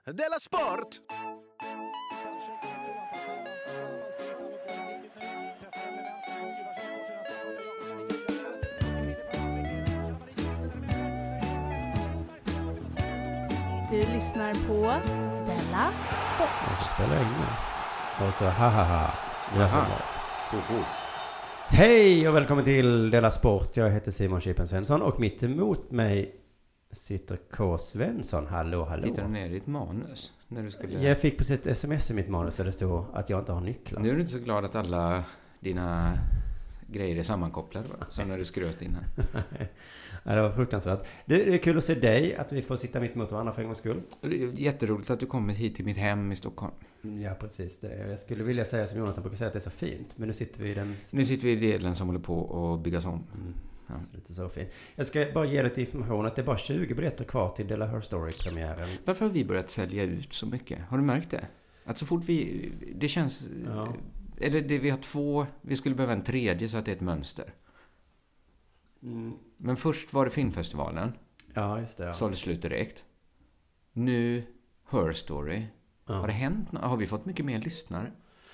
Della Sport! Du lyssnar på Della Sport. Jag spelar in nu. Och så hahaha. Hej och välkommen till Della Sport. Jag heter Simon Chippen Svensson och mitt emot mig sitter K. Svensson. Hallå. Hittar du ner i ditt manus? När du skulle... Jag fick precis ett sms i mitt manus där det stod att jag inte har nycklar. Nu är du inte så glad att alla dina grejer är sammankopplade, va? Som när du skröt innan. Ja, det var fruktansvärt. Det är kul att se dig, att vi får sitta mitt emot varandra för en gångs skull. Det är jätteroligt att du kommit hit till mitt hem i Stockholm. Ja, precis. Jag skulle vilja säga som Jonathan brukar säga att det är så fint. Men nu sitter vi i den... Nu sitter vi i delen som håller på att byggas om. Ja. Lite så fint. Jag ska bara ge lite information att det är bara 20 biljetter kvar till Della Her Story-premiären. Varför har vi börjat sälja ut så mycket? Har du märkt det? Att så fort vi... Det känns... Ja. Eller det, vi har 2... Vi skulle behöva en tredje så att det är ett mönster. Men först var det filmfestivalen. Ja, just det. Ja. Så det slut direkt. Nu Her Story. Ja. Har det hänt? Har vi fått mycket mer lyssnare?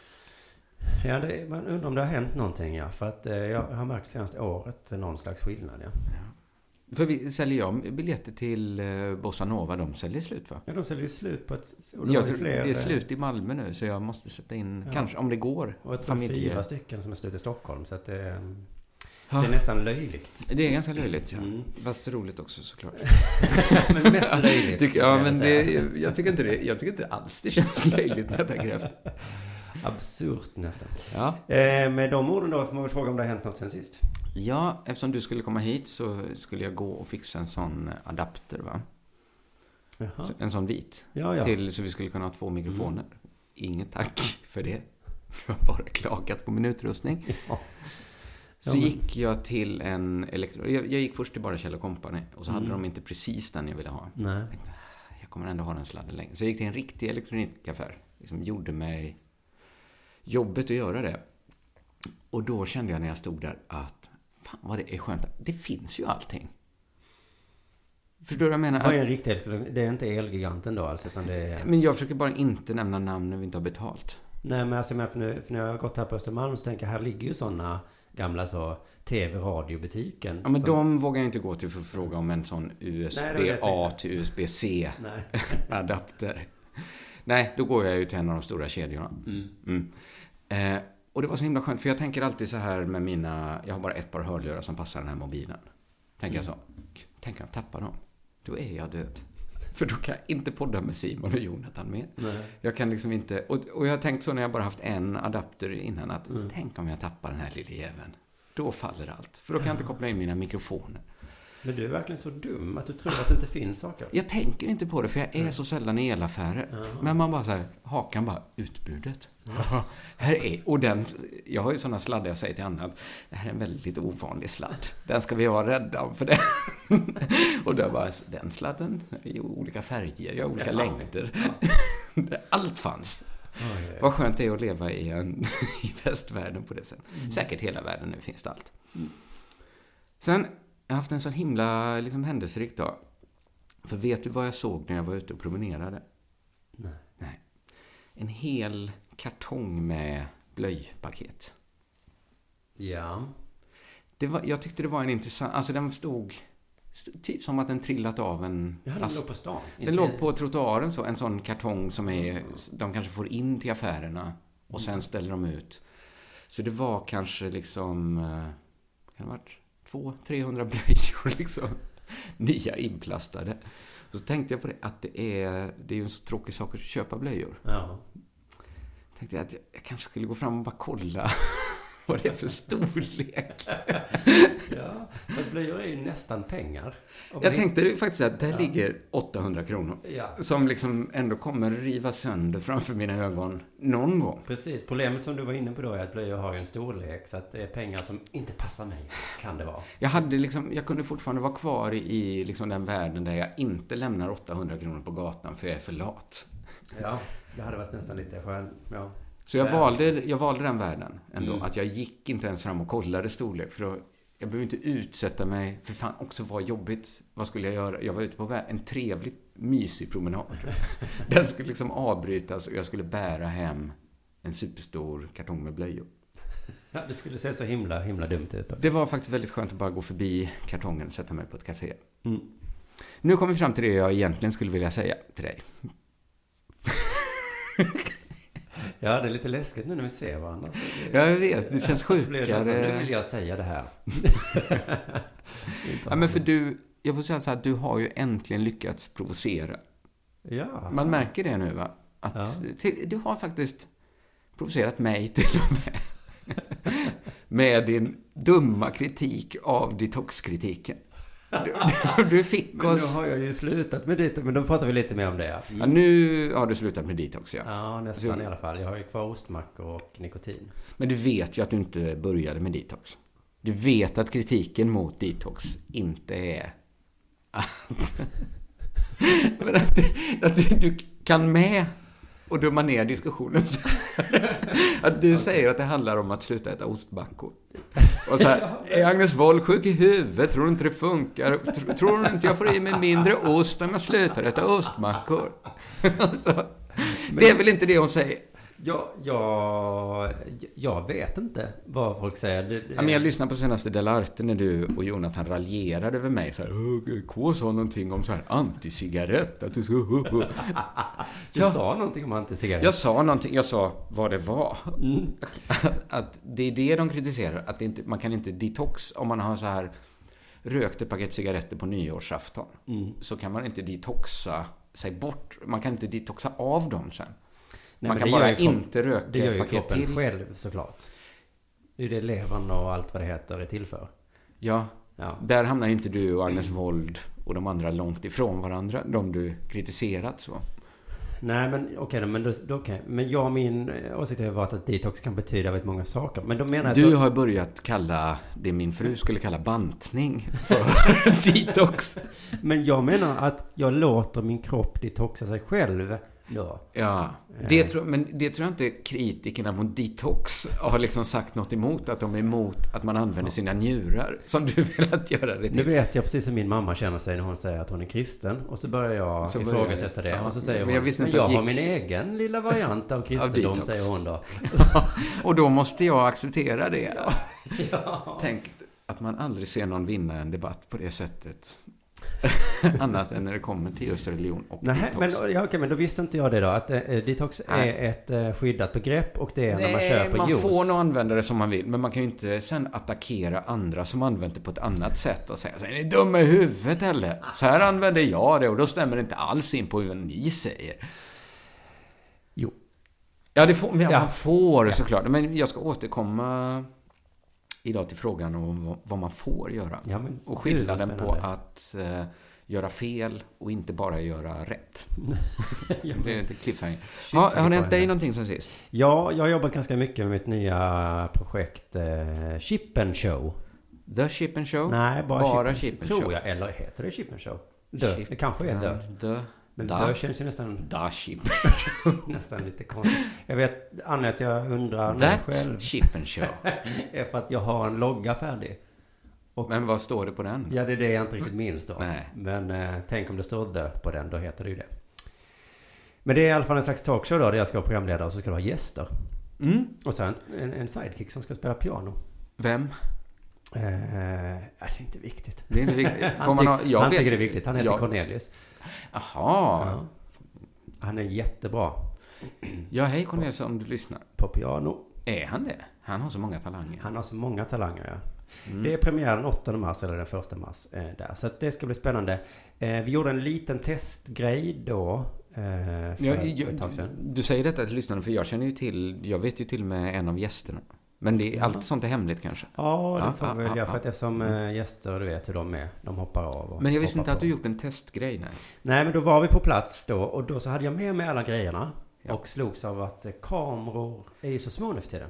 Ja, man undrar om det har hänt någonting, ja. För att jag har märkt senaste året någon slags skillnad, ja. För vi säljer jag biljetter till Bossa Nova, de säljer slut, va? Ja, de säljer slut på ett... Det är slut i Malmö nu, så jag måste sätta in, kanske om det går. Och jag tror 4 stycken som är slut i Stockholm, så att det är nästan löjligt. Det är ganska löjligt, ja. Fast roligt också, såklart. Men mest löjligt. Jag tycker inte alls det känns löjligt när jag tänker efter. Absurt nästan. Ja. Med de orden då får man väl fråga om det har hänt något sen sist. Ja, eftersom du skulle komma hit så skulle jag gå och fixa en sån adapter, va? Jaha. En sån vit. Ja. Till, så vi skulle kunna ha 2 mikrofoner. Inget tack för det. Jag har bara klagat på min utrustning. Ja. Så gick jag till en jag gick först till bara Kjell & Company. Och så hade de inte precis den jag ville ha. Nej. Jag tänkte, jag kommer ändå ha den sladden länge. Så jag gick till en riktig elektronikaffär. Liksom gjorde mig jobbet att göra det. Och då kände jag när jag stod där att fan vad det är skönt. Det finns ju allting. Förstår du vad jag menar? Vad är en riktig elektronik? Det är inte Elgiganten då alltså, utan det är... Men jag försöker bara inte nämna namn när vi inte har betalt. Nej, men alltså, för när jag har gått här på Östermalm så tänker jag, här ligger ju sådana gamla så tv-radiobutiken. Ja, men de vågar jag inte gå till för att fråga om en sån USB-A till USB-C adapter. Nej, då går jag ju till en av de stora kedjorna. Och det var så himla skönt, för jag tänker alltid så här med jag har bara ett par hörlurar som passar den här mobilen. Tänker jag så, tänker jag tappa dem, då är jag död. För då kan jag inte podda med Simon och Jonathan med. Nej. Jag kan liksom inte, och jag har tänkt så när jag bara haft en adapter innan att tänk om jag tappar den här lilla jäveln. Då faller allt, för då kan jag inte koppla in mina mikrofoner. Men du är verkligen så dum att du tror att det inte finns saker. Jag tänker inte på det, för jag är så sällan i elaffärer. Men man bara så här, hakan bara, utbudet. Här är, och jag har ju sådana sladdar jag säger till annat. Det här är en väldigt ovanlig sladd. Den ska vi vara rädda om för det. Och då bara, den sladden i olika färger, olika längder. Allt fanns. Vad skönt det är att leva i västvärlden på det sättet. Säkert hela världen nu finns det allt. Sen jag har haft en sån himla liksom, händelserik dag. För vet du vad jag såg när jag var ute och promenerade? Nej. En hel kartong med blöjpaket. Ja. Jag tyckte det var en intressant... Alltså den stod typ som att den trillat av en... Ja, den låg på stan. Den låg på trottoaren, så en sån kartong som de kanske får in till affärerna. Och sen ställer de ut. Så det var kanske liksom... Kan det ha varit 200-300 blöjor liksom. Nya inplastade. Och så tänkte jag på det, att det är ju en så tråkig sak att köpa blöjor. Ja. Tänkte jag att jag kanske skulle gå fram och bara kolla vad det är för storlek. Ja, men blöjor är ju nästan pengar. Jag tänkte faktiskt att där ligger 800 kronor. Ja. Som liksom ändå kommer riva sönder framför mina ögon någon gång. Precis, problemet som du var inne på då är att blöjor har ju en storlek, så att det är pengar som inte passar mig, kan det vara. Jag kunde fortfarande vara kvar i liksom den världen där jag inte lämnar 800 kronor på gatan för jag är för lat. Ja, det hade varit nästan lite skönt. Ja. Så jag valde den världen ändå. Att jag gick inte ens fram och kollade storlek. För Jag behöver inte utsätta mig. För fan, också var jobbigt. Vad skulle jag göra? Jag var ute på en trevligt mysig promenad. Den skulle liksom avbrytas och jag skulle bära hem en superstor kartong med blöjor. Ja, det skulle se så himla dumt ut. Det var faktiskt väldigt skönt att bara gå förbi kartongen och sätta mig på ett café. Nu kommer vi fram till det jag egentligen skulle vilja säga till dig. Ja, det är lite läskigt nu när vi ser varandra. Jag vet, det känns sjukare. Nu vill jag säga det här. Ja, men för jag får säga så här, du har ju äntligen lyckats provocera. Ja. Man märker det nu, va? Att du har faktiskt provocerat mig till och med. Med din dumma kritik av detox-kritiken. Du fick oss... Men nu har jag ju slutat med detox, men då pratar vi lite mer om det. Ja, nu har du slutat med detox, ja. Ja, nästan i alla fall. Jag har ju kvar ostmackor och nikotin. Men du vet ju att du inte började med detox. Du vet att kritiken mot detox inte är att du kan med och dumma ner diskussionen. Att du säger att det handlar om att sluta äta ostmackor. Och så här, är Agnes Wold sjuk i huvudet? Tror du inte det funkar? Tror du inte jag får i mig mindre ost om jag slutar äta ostmackor? Alltså, det är väl inte det hon säger? Jag vet inte vad folk säger. Ja, men jag lyssnade på senaste Delarte när du och Jonathan raljerade över mig. Så här, K sa någonting om så här anti-cigarett. Att du Du sa någonting om anti-cigarett. Jag sa någonting. Jag sa vad det var. Att det är det de kritiserar. Att det inte, man kan inte detox om man har så här rökt ett paket cigaretter på nyårsafton. Så kan man inte detoxa sig bort. Man kan inte detoxa av dem sen. Nej, man kan bara inte röka det gör ju ett paket kroppen till. Själv, såklart. Det är det levern och allt vad det heter är till för. Ja. Där hamnar ju inte du och Agnes Wold och de andra långt ifrån varandra. De du kritiserat så. Nej, men okej, men min åsikt har varit att detox kan betyda väldigt många saker. Men de menar du har börjat kalla det min fru skulle kalla bantning för detox. Men jag menar att jag låter min kropp detoxa sig själv då. Ja, det tror jag inte kritikerna mot detox har liksom sagt något emot. Att de är emot att man använder sina njurar som du vill att göra det till. Nu vet jag precis hur min mamma känner sig när hon säger att hon är kristen. Och så börjar jag ifrågasätta det. Och så säger hon, jag har min egen lilla variant av kristendom, säger hon då. Och då måste jag acceptera det. Ja. Tänk att man aldrig ser någon vinna en debatt på det sättet. Annat än när det kommer till just religion och detox. Men då visste inte jag det då. Att detox är ett skyddat begrepp. Och det är när man köper man juice. Man får nog använda det som man vill. Men man kan ju inte sen attackera andra som använder det på ett annat sätt. Och säga, är ni dumma i huvudet eller? Så här använder jag det. Och då stämmer det inte alls in på vad ni säger. Jo. Ja, man får såklart. Men jag ska återkomma idag till frågan om vad man får göra. Ja, men och skillnaden på att göra fel och inte bara göra rätt. Det är inte cliffhanger. Har det hänt dig någonting sen sist? Ja, jag har jobbat ganska mycket med mitt nya projekt Chip and Show. The Chip and Show? Nej, bara Chip and Show. Show. Jag, eller heter det Chip and Show? Det kanske är The. Men det känns ju nästan... Da Chip. Nästan lite konstigt. Jag vet, anledningen att jag undrar själv. Chip and Show. är för att jag har en logga färdig. Men vad står det på den? Ja, det är det jag inte riktigt minns då. Nej. Men tänk om det står The på den, då heter det ju det. Men det är i alla fall en slags talkshow då, där jag ska vara programledare och så ska det vara gäster. Och sen en sidekick som ska spela piano. Vem? Det är inte viktigt. Det är inte viktigt. Han tycker det är viktigt. Han heter Cornelius. Jaha. Ja. Han är jättebra. Ja, hej Cornelius, om du lyssnar. På piano. Är han det? Han har så många talanger. Han har så många talanger, ja. Det är premiären 8 mars eller den 1 mars där. Så att det ska bli spännande. Vi gjorde en liten testgrej då. För ett tag sedan. Du säger detta till lyssnarna, för jag vet ju till med en av gästerna. Men det är allt sånt är hemligt kanske. Ja, det får väl jag. För att eftersom gäster, du vet hur de är. De hoppar av. Men jag visste inte att du gjort en testgrej. Nej, men då var vi på plats då. Och då så hade jag med mig alla grejerna. Ja. Och slogs av att kameror är ju så små nu för tiden.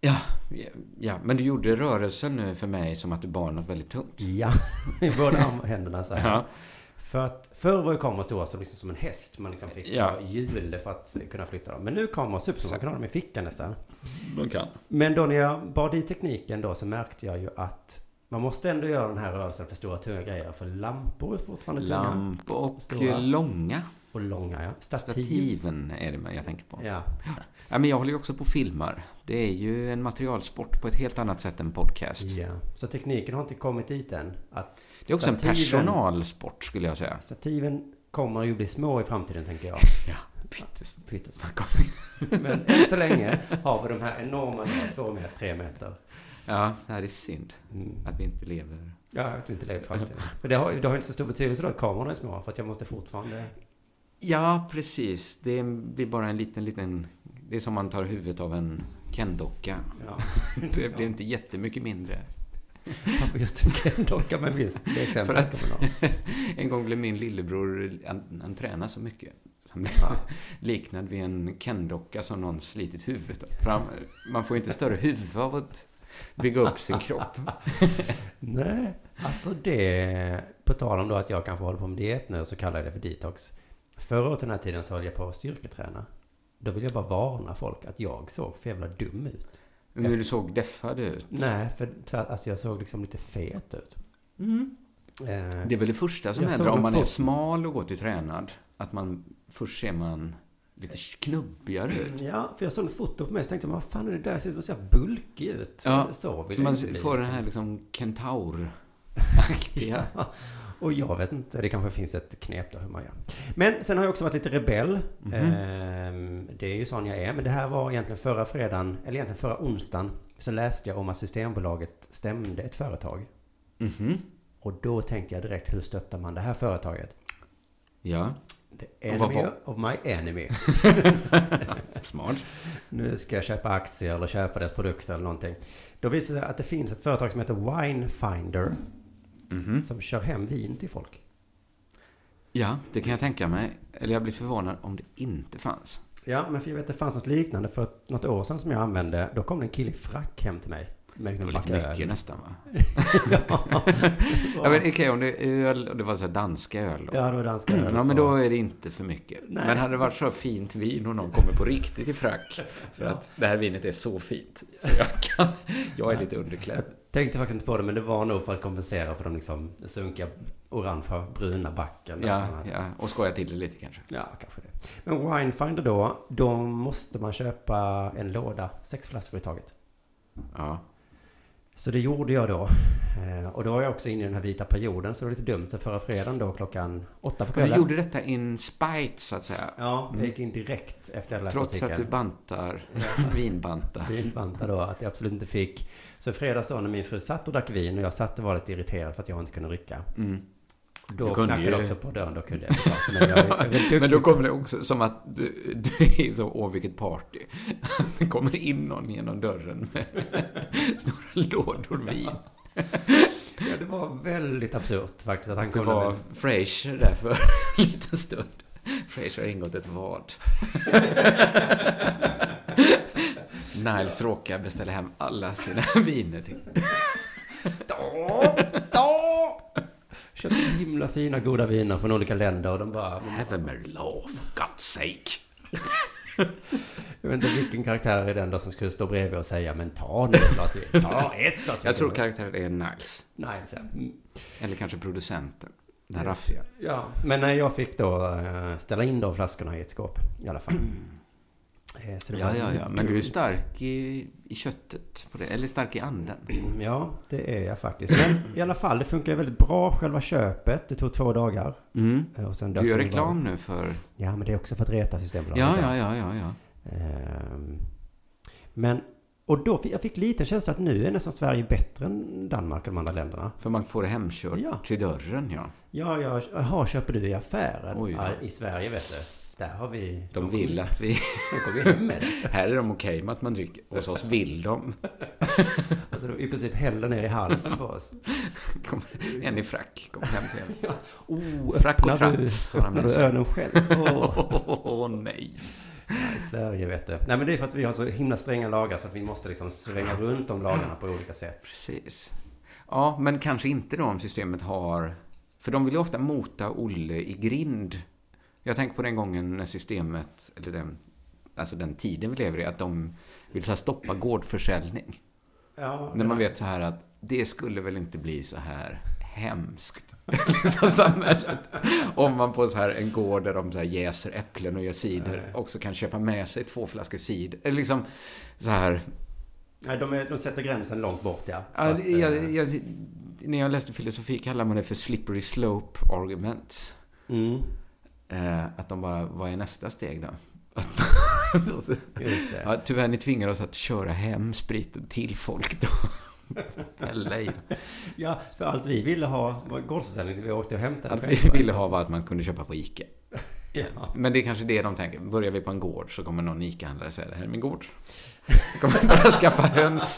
Ja, men du gjorde rörelsen nu för mig som att du bar något väldigt tungt. Ja, i båda händerna så här. Ja. För att förr var ju kameror stora liksom som en häst. Man liksom fick hjul för att kunna flytta dem. Men nu kameror super, man kan ha dem i fickan nästan. Man kan. Men då när jag bar dit tekniken då så märkte jag ju att man måste ändå göra den här rörelsen för stora tunga grejer. För lampor är fortfarande tunga. Lampor och stora. långa. Och långa, ja. Stativen är det jag tänker på. Ja. Ja, men jag håller ju också på filmar. Det är ju en materialsport på ett helt annat sätt än podcast. Ja. Så tekniken har inte kommit dit än. Att det är också en personalsport skulle jag säga. Stativen kommer ju bli små i framtiden, tänker jag. Ja, pyttesmå. Men än så länge har vi de här enorma 2 meter, 3 meter. Ja, det är synd att vi inte lever. Ja, att vi inte lever i framtiden. Men det har inte så stor betydelse då att kamerorna är små, för att jag måste fortfarande... Ja, precis. Det blir bara en liten... Det är som man tar huvudet av en Ken-docka. Ja. Det blir inte jättemycket mindre. Varför just en Ken-docka med vinst? Det är exempel. För att en gång blev min lillebror, han tränar så mycket. Han blev liknad vid en Ken-docka som någon slitit huvudet av. Man får inte större huvud av att bygga upp sin kropp. Nej, alltså det... På tal om då att jag kanske håller på med diet nu, så kallar jag det för detox. Förra året den här tiden så höll jag på att styrketräna. Då vill jag bara varna folk att jag såg för jävla dum ut. Men du såg deffad ut? Nej, för alltså jag såg liksom lite fet ut. Det är väl det första som händer om man är smal och går till tränad. Att först ser man lite knubbigare ut. Ja, för jag såg ett foto på mig och tänkte, vad fan är det där? Ser så här bulkig ut. Ja, så vill man inte bli, får den här liksom kentaur-aktiga. Ja. Och jag vet inte, det kanske finns ett knep då hur man gör. Men sen har jag också varit lite rebell. Det är ju sån jag är. Men det här var egentligen förra fredagen, eller egentligen förra onsdagen, så läste jag om att Systembolaget stämde ett företag. Och då tänkte jag direkt, hur stöttar man det här företaget? Ja. The enemy of my enemy. Smart. Nu ska jag köpa aktier eller köpa deras produkter eller någonting. Då visar det att det finns ett företag som heter Winefinder. Som kör hem vin till folk. Ja, det kan jag tänka mig. Eller jag blir förvånad om det inte fanns. Ja, men för jag vet att det fanns något liknande för något år sedan som jag använde. Då kom det en kille i frack hem till mig. Det var lite mycket nästan, va? Ja, men okej, om det är öl, och det var så här danska öl. Då. Ja, det var danska öl. Ja, men då är det inte för mycket. Nej. Men hade det varit så fint vin och någon kommer på riktigt i frack för att det här vinet är så fint. Så jag är lite underklädd. Jag tänkte faktiskt inte på det, men det var nog för att kompensera för de liksom sunkiga, orangea, bruna backen. Ja, och skoja till det lite kanske. Ja, kanske det. Men Winefinder då måste man köpa en låda, 6 flaskor i taget. Ja. Så det gjorde jag då. Och då var jag också inne i den här vita perioden, så det var lite dumt. Så förra fredagen då, 8:00 på kvällen. Du gjorde detta in spite, så att säga. Ja, jag gick in direkt efter jag läste trots artikeln. Att du bantar, vinbantar då, att jag absolut inte fick. Så fredags då när min fru satt och drack vin och jag satt och var lite irriterad för att jag inte kunde rycka. Då knackade jag också på dörren, då kunde jag prata. Men då kommer det också som att du är så, vilket party. Det kommer in någon genom dörren med stora lådor vin. Ja, det var väldigt absurt faktiskt att han kunde... Det var Frasier där för en liten stund. Frasier har ingått ett vad. Niles råkar beställa hem alla sina viner till. Köpte himla fina, goda viner från olika länder och de bara... Have a Merlot, for God's sake. Jag vet inte vilken karaktär är den då som skulle stå bredvid och säga, men ta nu ett glas vin. Ta ett glas vin. Jag tror karaktären är Niles. Niles, ja. Eller kanske producenten. Den raffiga. Ja, men när jag fick då ställa in de flaskorna i ett skåp i alla fall. Ja. Men du är stark i köttet på det, eller stark i anden. Ja, det är jag faktiskt. Men i alla fall, det funkar väldigt bra själva köpet. Det tog 2 dagar. Och sen du gör reklam nu för... Ja, men det är också för att reta Systembolaget. Ja. Men, och då jag fick lite känsla att nu är nästan Sverige bättre än Danmark och de andra länderna. För man får det hemkört till dörren, Ja, köper du i affären? Oj, ja, i Sverige, vet du. Där har vi... De vill att vi... De kommer hem med det. Här är de okej med att man dricker. Hos oss vill de. Alltså de i princip häller ner i halsen på oss. En i frack. Kommer hem till frack och tratt. Öppnar du ölen själv? Nej. Ja, i Sverige, vet du. Nej, men det är för att vi har så himla stränga lagar så att vi måste liksom svänga runt de lagarna på olika sätt. Precis. Ja, men kanske inte då om systemet har... För de vill ju ofta mota Olle i grind. Jag tänker på den gången när systemet, eller den tiden vi lever i, att de vill så här stoppa gårdförsäljning. Ja, när man vet så här att det skulle väl inte bli så här hemskt liksom samhället. Om man på så här en gård där de så här jäser äpplen och gör cider också kan köpa med sig 2 flaskor cider. Eller liksom så här. Nej, de sätter gränsen långt bort, ja. När jag läste filosofi kallar man det för slippery slope arguments. Att de bara, vad är nästa steg då? Just det. Ja, tyvärr ni tvingar oss att köra hem spriten till folk då. Eller ja, för allt vi ville ha var gårdsförsäljning. Vi åkte och hämtade. Allt vi ville ha var att man kunde köpa på Ica. Ja. Men det är kanske det de tänker. Börjar vi på en gård så kommer någon Ica-handlare säga det här är min gård. Jag kommer bara skaffa höns.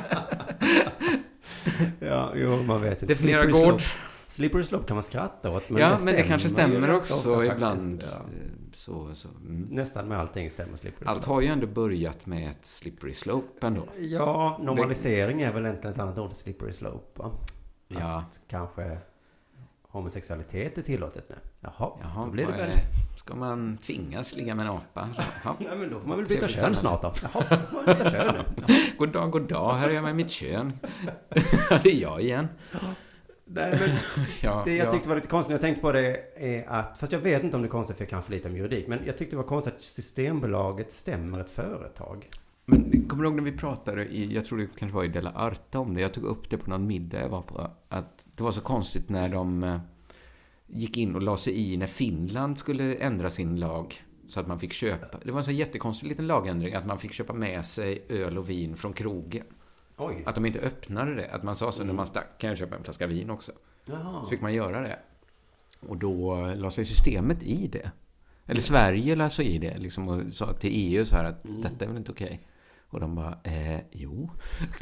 Ja, jo, man vet inte. Definiera gård. Slippery slope kan man skratta åt. Men men det kanske stämmer också ibland. Ja. Nästan med allting stämmer slippery slope. Allt har ju ändå börjat med ett slippery slope ändå. Ja, normalisering är väl egentligen ett annat ord för slippery slope, va? Ja. Att kanske homosexualitet är tillåtet nu. Jaha, då blir det väl... Ska man tvingas ligga med en apa? Nej, men då får man väl byta kön snart då. Jaha, då får man byta kön nu. God dag, här är jag med mitt kön. Det är jag igen. Nej, men det jag tyckte var lite konstigt när jag tänkte på det är att, fast jag vet inte om det är konstigt för jag kan för lite om juridik, men jag tyckte det var konstigt att Systembolaget stämmer ett företag. Men kommer du ihåg när vi pratade jag tror det kanske var i Della Arta om det, jag tog upp det på någon middag jag var på, att det var så konstigt när de gick in och la sig i när Finland skulle ändra sin lag så att man fick köpa, det var en så jättekonstig liten lagändring att man fick köpa med sig öl och vin från krogen. Oj. Att de inte öppnade det. Att man sa så när man stack, kan jag köpa en flaska vin också. Jaha. Så fick man göra det. Och då la sig systemet i det. Eller Sverige la sig i det. Liksom, och sa till EU så här att detta är väl inte okej. Och de bara, jo.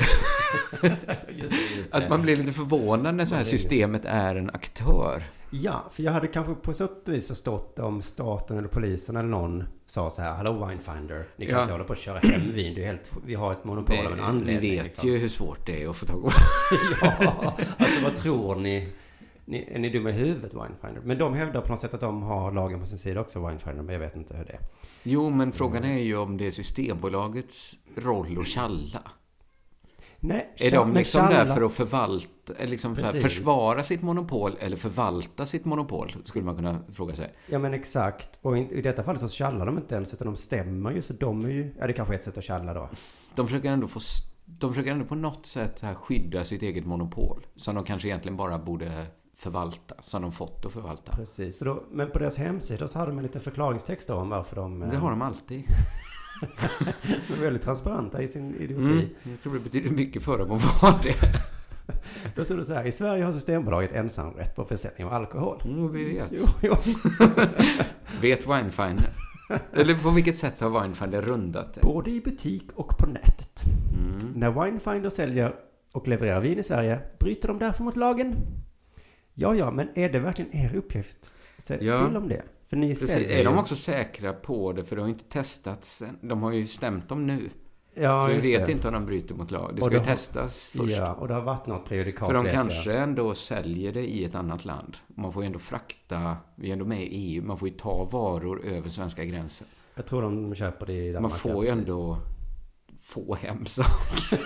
Just det. Att man blir lite förvånad när så här systemet är en aktör. Ja, för jag hade kanske på sätt och vis förstått om staten eller polisen eller någon sa så här, hallå Winefinder, ni kan inte hålla på att köra hem vin, det är helt, vi har ett monopol av en anledning. Ni vet liksom. Ju hur svårt det är att få tag på. Ja, alltså vad tror ni? Är ni dumma i huvudet, Winefinder? Men de hävdar på något sätt att de har lagen på sin sida också, Winefinder, men jag vet inte hur det är. Jo, men frågan är ju om det är Systembolagets roll att tjalla. Nej, är de liksom där för att förvalta, liksom för att försvara sitt monopol eller förvalta sitt monopol, skulle man kunna fråga sig. Ja, men exakt. Och i detta fallet så tjallar de inte ens, utan de stämmer ju, så de är ju, det kanske är ett sätt att tjalla då. De försöker ändå på något sätt här skydda sitt eget monopol, som de kanske egentligen bara borde förvalta, som de fått att förvalta. Precis, så då, men på deras hemsida så hade de en liten förklaringstext om varför de... Det har de alltid. De är väldigt transparenta i sin idioti. Jag tror det betyder mycket för dem att vara det. Då står det så här, i Sverige har Systembolaget ensamrätt på försäljning av alkohol. Vi vet. Jo. Vet Winefinder? Eller på vilket sätt har Winefinder rundat det? Både i butik och på nätet. När Winefinder säljer och levererar vin i Sverige bryter de därför mot lagen. Ja, men är det verkligen er uppgift? Säg till om det. För ni är de också säkra på det? För de har inte testats. De har ju stämt dem nu. Ja, så vi vet inte om de bryter mot lag. Det ska ju testas först. Ja, och det har varit något prejudikat. För de kanske ändå säljer det i ett annat land. Man får ju ändå frakta, vi är ändå med i EU, man får ju ta varor över svenska gränser. Jag tror de köper det i Danmark. Man får ju ändå få hem saker.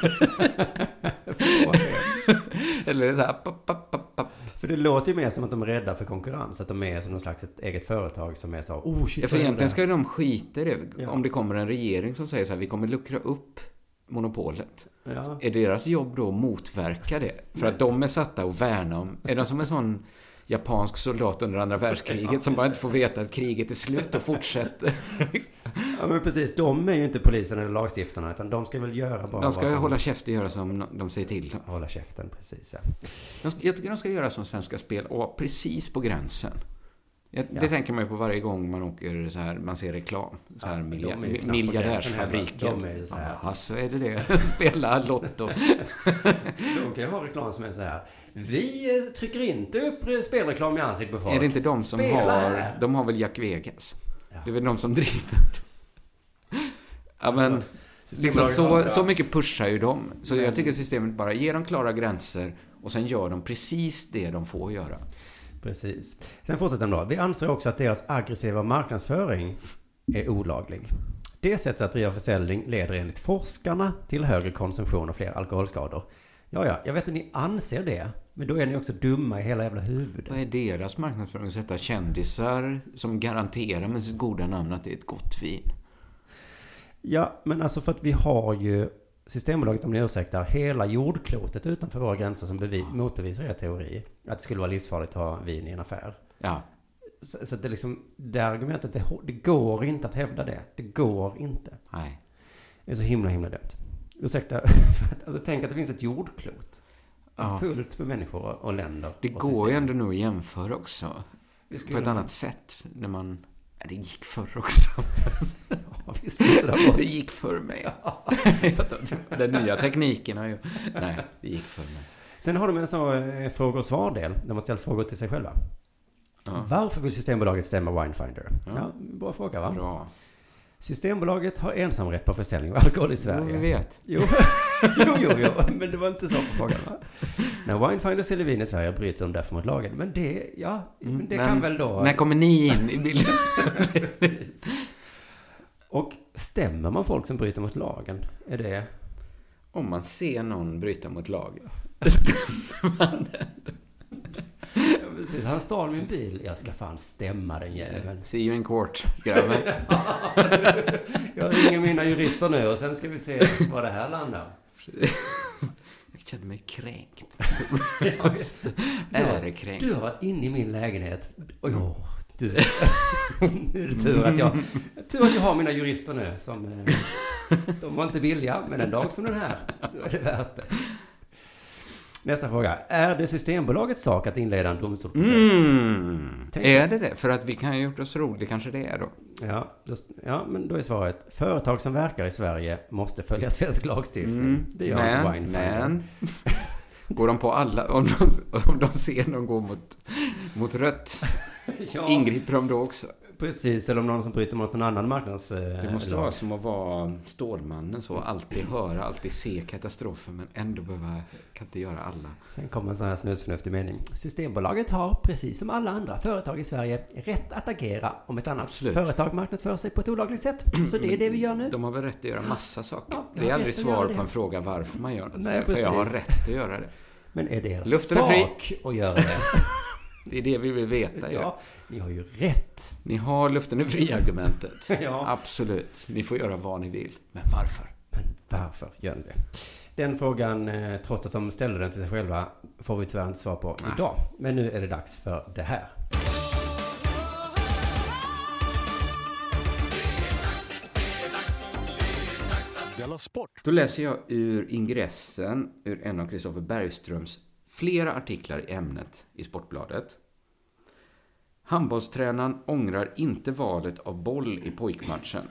Eller så här, För det låter ju mer som att de är rädda för konkurrens. Att de är som någon slags ett eget företag som är så, shit. Ja, för egentligen ska de skita i det. Ja. Om det kommer en regering som säger så här, vi kommer luckra upp monopolet. Ja. Är deras jobb då att motverka det? För att de är satta och värna om. Är de som en sån japansk soldat under andra världskriget som bara inte får veta att kriget är slut och fortsätter? Ja, men precis. De är ju inte polisen eller lagstiftarna, utan de ska väl göra bara... De ska hålla käft och göra som de säger till. Hålla käften, precis, ja. Jag tycker de ska göra som Svenska Spel och precis på gränsen. Det tänker man ju på varje gång man åker så här, man ser reklam. Så här miljardärsfabriken. De är så här. Alltså är det. Spela lotto. De kan ju ha reklam som är så här. Vi trycker inte upp spelreklam i ansiktet på folk. Är det inte de som har... De har väl Jack Vegas. Ja. Det är väl de som driver. Ja, men... Liksom, så mycket pushar ju de. Så jag tycker systemet bara ger dem klara gränser och sen gör de precis det de får göra. Precis. Sen fortsätter de då. Vi anser också att deras aggressiva marknadsföring är olaglig. Det sättet att driva försäljning leder enligt forskarna till högre konsumtion och fler alkoholskador. Ja, jag vet att ni anser det. Men då är ni också dumma i hela jävla huvudet. Vad är deras marknadsföring att sätta kändisar som garanterar med sitt goda namn att det är ett gott vin? Ja, men alltså för att vi har ju Systembolaget, om ni ursäktar, hela jordklotet utanför våra gränser som motbevisar er teori. Att det skulle vara livsfarligt att ha vin i en affär. Ja. Så det är liksom, det argumentet, det går inte att hävda det. Det går inte. Nej. Det är så himla dumt. Ursäkta, alltså tänk att det finns ett jordklot. Ja. Fullt med människor och länder. Det och går system. ju ändå nog att jämföra också. Skulle... På ett annat sätt. När man... Ja, det gick förr också. Ja, visst måste det ha gått. Det gick för mig. Den nya tekniken har ju... Nej, det gick för mig. Sen har de en sån frågor och svardel. Där man ställer frågor till sig själva. Ja. Varför vill Systembolaget stämma Winefinder? Ja, bra fråga, va? Bra. Systembolaget har ensamrätt på försäljning av alkohol i Sverige. Jo, vi vet. Jo, men det var inte så på frågan, va? När Winefinder säljer vin i Sverige bryter de därför mot lagen. Men det, men det kan väl då... När kommer ni in i bilden? Precis. Och stämmer man folk som bryter mot lagen? Är det... Om man ser någon bryta mot lagen. Stämmer man det? Ja, precis. Han stal min bil. Jag ska fan stämma den jäveln. See you in court, grabben. Jag ringer mina jurister nu och sen ska vi se var det här landar. Jag känner mig kränkt. Ärekränkt. Du har varit inne i min lägenhet. Och nu är det tur att jag har mina jurister nu som de var inte villiga, men en dag som den här då är det värt det. Nästa fråga. Är det Systembolagets sak att inleda en domstolsprocess? Är det? För att vi kan ju gjort oss roligt, kanske det är då. Ja, men då är svaret. Företag som verkar i Sverige måste följa svensk lagstiftning. Det gör inte Winefinder. Men går de på alla, om de ser någon gå mot rött, ingriper de då också? Precis, eller om någon som bryter mot någon annan marknads... Det måste vara som att vara Stålmannen så. Alltid höra, alltid se katastrofen, men ändå kan inte göra alla. Sen kommer en sån här snusförnuftig mening. Systembolaget har, precis som alla andra företag i Sverige, rätt att agera om ett annat företag marknadsför sig på ett olagligt sätt. Så det är det vi gör nu. De har väl rätt att göra massa saker. Det är aldrig svar på en fråga varför man gör det. Nej, för jag har rätt att göra det. Men är det Luften sak är fri att göra det? Det är det vi vill veta. Ja, ni har ju rätt. Ni har luften är fri-argumentet. Ja. Absolut. Ni får göra vad ni vill. Men varför? Men varför gör ni det? Den frågan, trots att de ställer den till sig själva, får vi tyvärr inte svar på idag. Men nu är det dags för det här. Då läser jag ur ingressen ur en av Kristoffer Bergströms flera artiklar i ämnet i Sportbladet. Handbollstränaren ångrar inte valet av boll i pojkmatchen.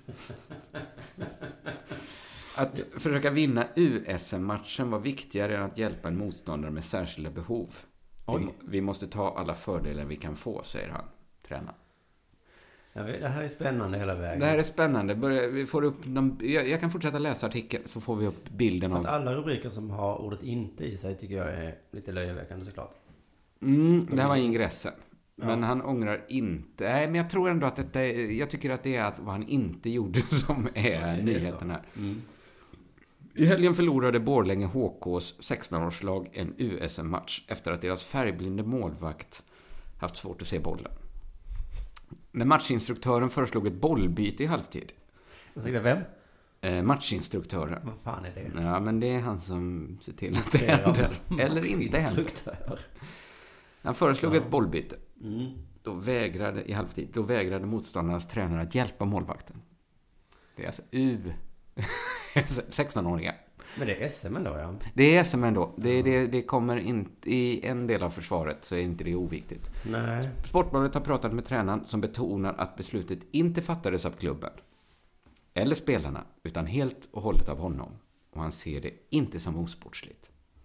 Att försöka vinna USM-matchen var viktigare än att hjälpa en motståndare med särskilda behov. Vi måste ta alla fördelar vi kan få, säger han, tränaren. Ja, det här är spännande hela vägen. Det här är spännande. Vi får upp jag kan fortsätta läsa artikeln så får vi upp bilden av... Alla rubriker som har ordet inte i sig tycker jag är lite löjeväckande såklart. Det här var ingressen. Men han ångrar inte. Nej, men jag tror ändå att detta jag tycker att det är vad han inte gjorde som är nyheten här. I helgen förlorade Borlänge HKs 16-årslag en USM-match efter att deras färgblinde målvakt haft svårt att se bollen. Men matchinstruktören föreslog ett bollbyte i halvtid. Vad säger vem? Matchinstruktören. Vad fan är det? Ja, men det är han som ser till att det händer. Eller inte händer. Han föreslog ett bollbyte. Då vägrade motståndarnas tränare att hjälpa målvakten. Det är alltså 16-åringar. Men det är SM ändå, ja. Det är SM ändå. Det kommer inte i en del av försvaret, så är inte det oviktigt. Nej. Sportbladet har pratat med tränaren som betonar att beslutet inte fattades av klubben eller spelarna, utan helt och hållet av honom. Och han ser det inte som osportsligt.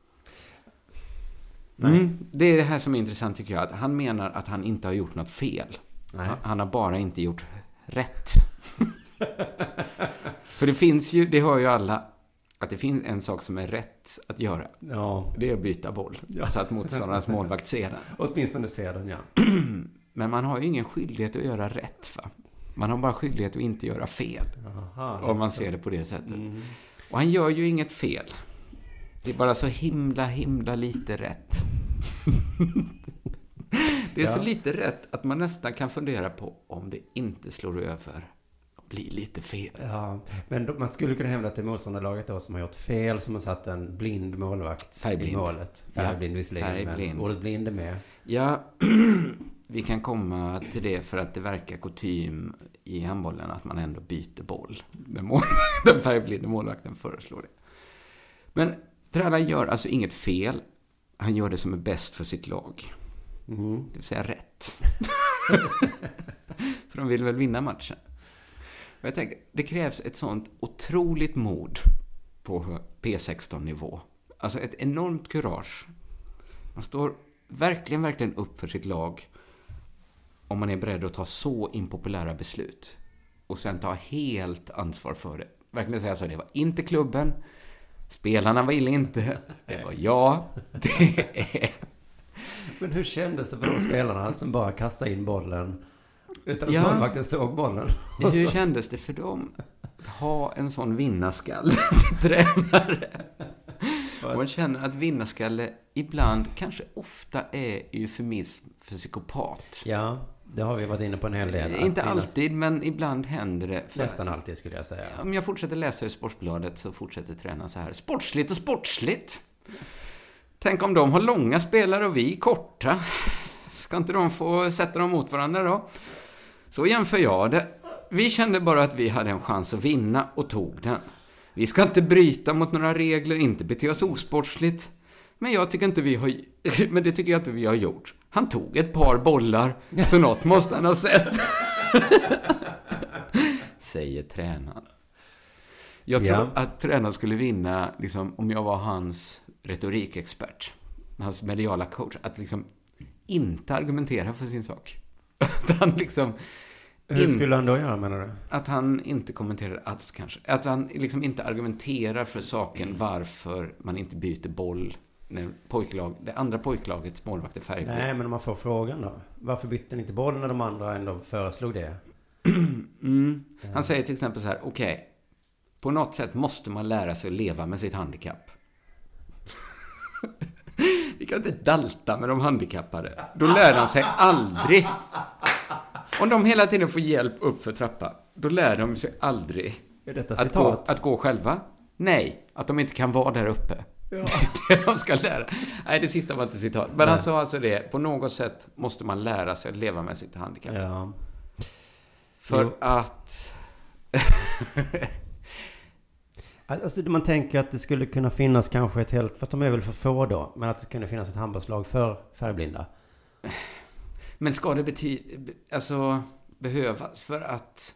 Det är det här som är intressant, tycker jag. Att han menar att han inte har gjort något fel. Nej. Han har bara inte gjort rätt. För det finns ju, det hör ju alla, att det finns en sak som är rätt att göra. Ja. Det är att byta boll. Ja. Så att motståndarnas målvakt ser den. Åtminstone ser den, ja. Men man har ju ingen skyldighet att göra rätt, va? Man har bara skyldighet att inte göra fel. Aha, om man ser det på det sättet. Och han gör ju inget fel. Det är bara så himla lite rätt. Det är så lite rätt att man nästan kan fundera på om det inte slår över och blir lite fel. Ja, men man skulle kunna hävda att det är motståndarlaget då som har gjort fel, som har satt en blind målvakt i målet. Färgblind visserligen, men ordet blind är med. Ja, vi kan komma till det för att det verkar kutym i handbollen att man ändå byter boll. Den färgblinde målvakten föreslår det. Men tränaren gör alltså inget fel. Han gör det som är bäst för sitt lag. Det vill säga rätt. För de vill väl vinna matchen. Och jag tänker, det krävs ett sånt otroligt mod på P16-nivå. Alltså ett enormt kurage. Man står verkligen upp för sitt lag om man är beredd att ta så impopulära beslut. Och sen ta helt ansvar för det. Verkligen säga så, det var inte klubben. Spelarna ville inte. Det var jag. Det är... Men hur kändes det för de spelarna som bara kastade in bollen utan att målvakten såg bollen? Hur kändes det för dem att ha en sån vinnarskalle till tränare? Man känner att vinnarskalle ibland, kanske ofta, är eufemism för psykopat. Ja, det har vi varit inne på en hel del. Inte alltid, men ibland händer det. Nästan alltid skulle jag säga. Om jag fortsätter läsa i Sportbladet så fortsätter tränaren så här. Sportsligt och sportsligt. Tänk om de har långa spelare och vi korta. Ska inte de få sätta dem mot varandra då? Så jämför jag det. Vi kände bara att vi hade en chans att vinna och tog den. Vi ska inte bryta mot några regler, inte bete oss osportsligt. Men det tycker jag inte vi har gjort. Han tog ett par bollar, så något måste han ha sett. Säger tränaren. Jag tror att tränaren skulle vinna, liksom, om jag var hans retorikexpert, hans mediala coach, att liksom inte argumentera för sin sak. Att han liksom... Hur skulle han då göra, menar du? Att han inte kommenterar alls kanske. Att han liksom inte argumenterar för saken varför man inte byter boll när det andra pojklagets målvakt är färgblind. Nej, men om man får frågan då. Varför bytte ni inte boll när de andra ändå föreslog det? Han säger till exempel så här, okej, på något sätt måste man lära sig att leva med sitt handikapp. Vi kan inte dalta med de handikappade. Då lär han sig aldrig. Om de hela tiden får hjälp upp för trappan, då lär de sig aldrig att gå själva. Nej, att de inte kan vara där uppe. Ja. Det är det de ska lära. Nej, det sista var inte citat. Men han sa alltså det, på något sätt måste man lära sig att leva med sitt handikapp. Ja. För att... Alltså man tänker att det skulle kunna finnas kanske ett helt... För att de är väl för få då. Men att det kunde finnas ett handbollslag för färgblinda. Men ska det behövas för att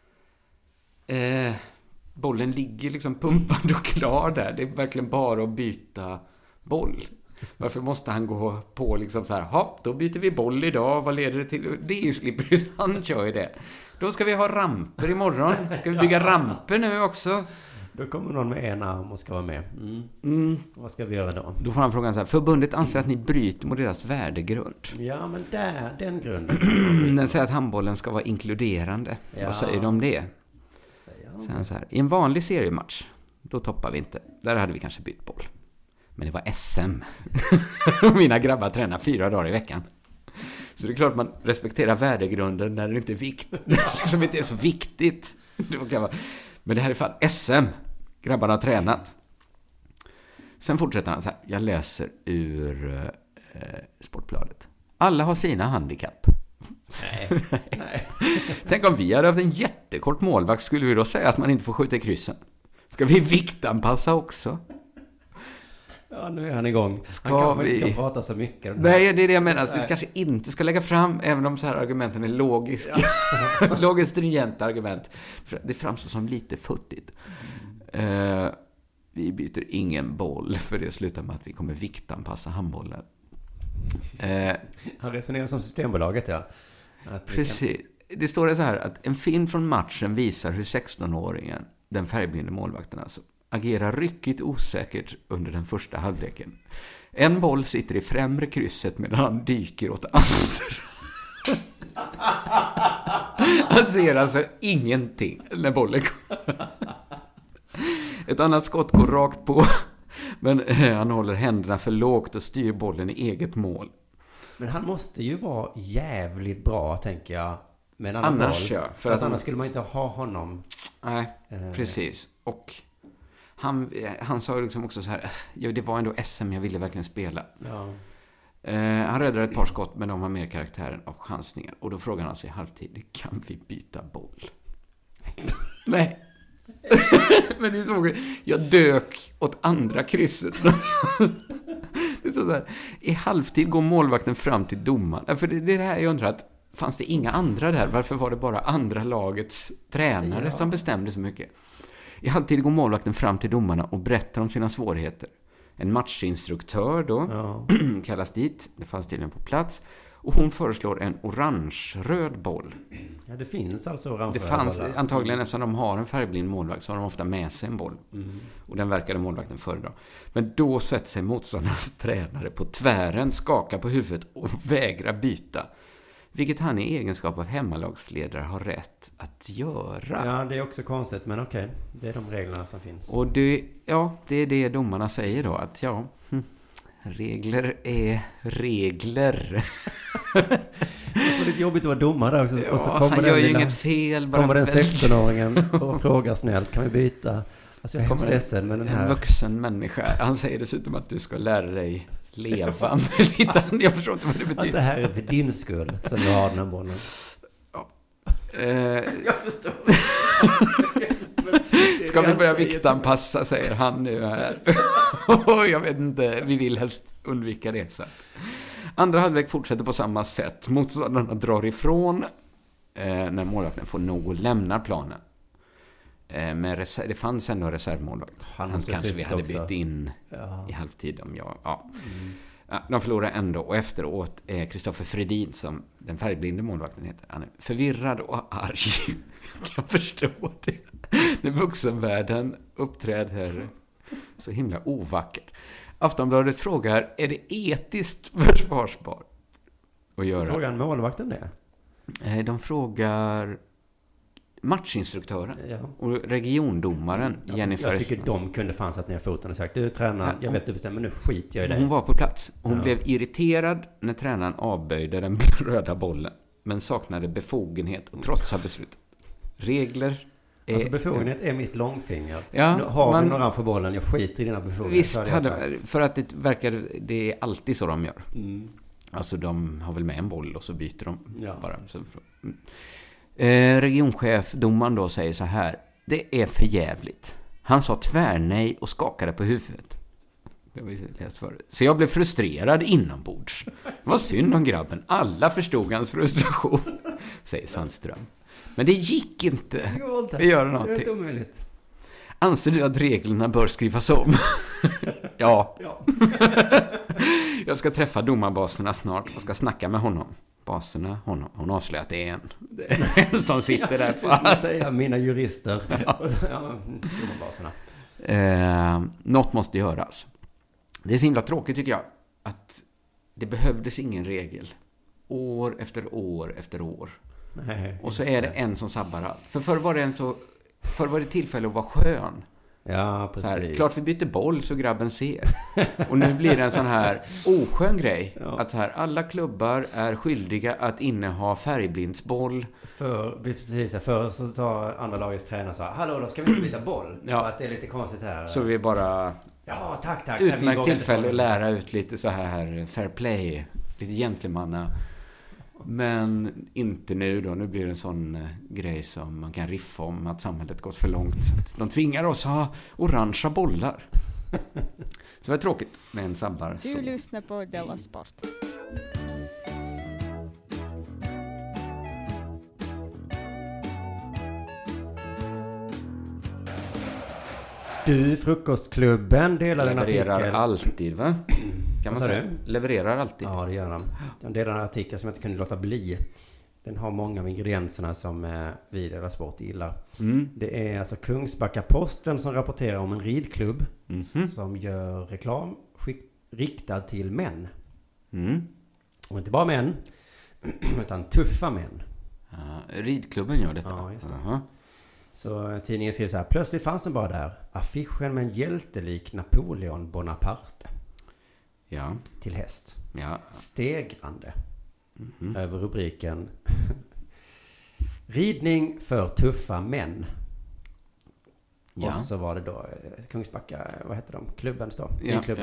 bollen ligger liksom pumpad och klar där. Det är verkligen bara att byta boll. Varför måste han gå på liksom så här, då byter vi boll idag, vad leder det till? Det är ju Slippery, han kör ju det. Då ska vi ha ramper imorgon. Ska vi bygga ramper nu också? Då kommer någon med en arm och ska vara med. Vad ska vi göra då? Då får han frågan så här, förbundet anser att ni bryter mot deras värdegrund. Ja, men den grunden. Den säger att handbollen ska vara inkluderande. Ja. Vad säger de om det? Säger så här, i en vanlig seriematch, då toppar vi inte. Där hade vi kanske bytt boll. Men det var SM. Mina grabbar tränar 4 dagar i veckan. Så det är klart man respekterar värdegrunden när det inte är viktigt. När det liksom inte är så viktigt. Men det här är fan SM. Grabbarna har tränat. Sen fortsätter han så här. Jag läser ur Sportbladet. Alla har sina handikapp. Nej. Tänk om vi hade haft en jättekort målvakt, skulle vi då säga att man inte får skjuta i kryssen? Ska vi viktanpassa också? Ja, nu är han igång. Han kanske inte ska prata så mycket. Nej, det är det jag menar. Så vi kanske inte ska lägga fram, även om så här argumenten är logiska. Ja. Logiskt stringenta argument. Det framstår som lite futtigt. Vi byter ingen boll, för det slutar med att vi kommer viktanpassa handbollen. Han resonerar som Systembolaget, ja. Precis. Det står så här att en film från matchen visar hur 16-åringen, den färgblinde målvakten alltså, agerar ryckigt osäkert under den första halvleken. En boll sitter i främre krysset medan han dyker åt andra. Han ser alltså ingenting när bollen går. Ett annat skott går rakt på Men han håller händerna för lågt och styr bollen i eget mål. Men han måste ju vara jävligt bra, tänker jag. Men annars, boll. ja. För att annars skulle man inte ha honom. Nej, precis. Och han sa ju liksom också så här, ja, det var ändå SM jag ville verkligen spela. Ja. Han räddade ett par skott, men de har mer karaktären av chansningar. Och då frågar han sig i halvtid, kan vi byta boll? Nej. Men ni såg, jag dök åt andra krysset. Det är så här, i halvtid går målvakten fram till domaren. För det är det här jag undrar, att fanns det inga andra där? Varför var det bara andra lagets tränare som bestämde så mycket? I halvtid går målvakten fram till domarna och berättar om sina svårigheter. En matchinstruktör då kallas dit. Det fanns tydligen på plats. Och hon föreslår en orange-röd boll. Ja, det finns alltså orange-röd Det fanns bollar. antagligen, eftersom de har en färgblind målvakt, så har de ofta med sig en boll. Och den verkade målvakten föredra. Men då sätter sig motståndarnas tränare på tvären, skakar på huvudet och vägrar byta. Vilket han i egenskap av hemmalagsledare har rätt att göra. Ja, det är också konstigt, men okej. Det är de reglerna som finns. Och det är det domarna säger då, att regler är regler. Det är lite jobbigt att vara domare där också. Ja, och så kommer han gör ju inget fel. Bara kommer den 16-åringen och frågar snällt, kan vi byta? Alltså jag är hemskt ledsen med den här. En vuxen människa. Han säger dessutom att du ska lära dig leva med lite. Jag förstår inte vad det betyder. Att det här är för din skull som du har den här bollen. Ja. Jag förstår. Ska vi börja viktanpassa, säger han nu här. Jag vet inte, vi vill helst undvika det. Så. Andra halvlek fortsätter på samma sätt. Motståndarna drar ifrån när målvakten får nog att lämna planen. Men det fanns ändå reservmålvakt. Han kanske vi hade bytt in i halvtid om jag... Ja. De förlorar ändå, och efteråt är Kristoffer Fredin, som den färgblinde målvakten heter, han är förvirrad och arg. Jag förstår det. När vuxenvärlden uppträder så himla ovackert. Aftonbladet frågar, är det etiskt försvarsbart att göra? Frågar målvakten det? De frågar matchinstruktören och regiondomaren Jennifer. Jag tycker de kunde fan satt ner foten och sagt, du tränaren, jag vet du bestämmer, nu skit jag i dig. Hon var på plats. Hon blev irriterad när tränaren avböjde den röda bollen, men saknade befogenhet att trotsa beslutet. Regler är... Alltså befogenhet är mitt långfinger. Ja, har du några för bollen, jag skiter i dina befogenheter. Visst, för att det är alltid så de gör. Alltså de har väl med en boll och så byter de bara. Regionchefdomaren då säger så här: det är för jävligt. Han sa tvärnej och skakade på huvudet. Det har vi läst förut. Så jag blev frustrerad inombords. Det var synd om grabben. Alla förstod hans frustration, säger Sandström. Men det gick inte att göra någonting. Det är inte omöjligt. Anser du att reglerna bör skrivas om? Ja. Jag ska träffa domarbaserna snart och ska snacka med honom. Baserna, hon avslöjar att det är en som sitter där på. Jag säga mina jurister. Domarbaserna. Något måste göras. Det är så himla tråkigt, tycker jag, att det behövdes ingen regel. År efter år efter år. Nej, och så är det en som sabbar allt. För förr var det tillfälle att vara skön. Ja, precis. Här, klart vi byter boll så grabben ser. Och nu blir det en sån här oskön grej. Ja. Att så här, alla klubbar är skyldiga att inneha färgblindsboll. Förr så tar andra lagets tränare så här, hallå, då ska vi inte byta boll. Ja. För att det är lite konstigt här. Så vi bara... Ja, tack. Utmärkt tillfälle att lära ut lite så här fair play. Lite gentlemanna. Men inte nu då. Nu blir det en sån grej som man kan riffa om, att samhället gått för långt. Så att de tvingar oss att ha orangea bollar. Så det var tråkigt med en sabbar. Du lyssnar på Della Sport. Du, Frukostklubben delar en artikel. Levererar alltid, va? Kan man säga? Levererar alltid. Ja, det gör de. De delar en artikel som jag inte kunde låta bli. Den har många av ingredienserna som vi Della Sport gillar. Det är alltså Kungsbacka-Posten som rapporterar om en ridklubb som gör reklam riktad till män. Och inte bara män, utan tuffa män. Ja, ridklubben gör detta. Ja, just det. Så tidningen skriver så här: plötsligt fanns den bara där. Affischen med en hjältelik Napoleon Bonaparte. Ja. Till häst. Ja. Stegrande. Över rubriken Ridning för tuffa män. Ja. Och så var det då Kungsbacka, vad heter de? Klubben då. Ja, Ridklubben.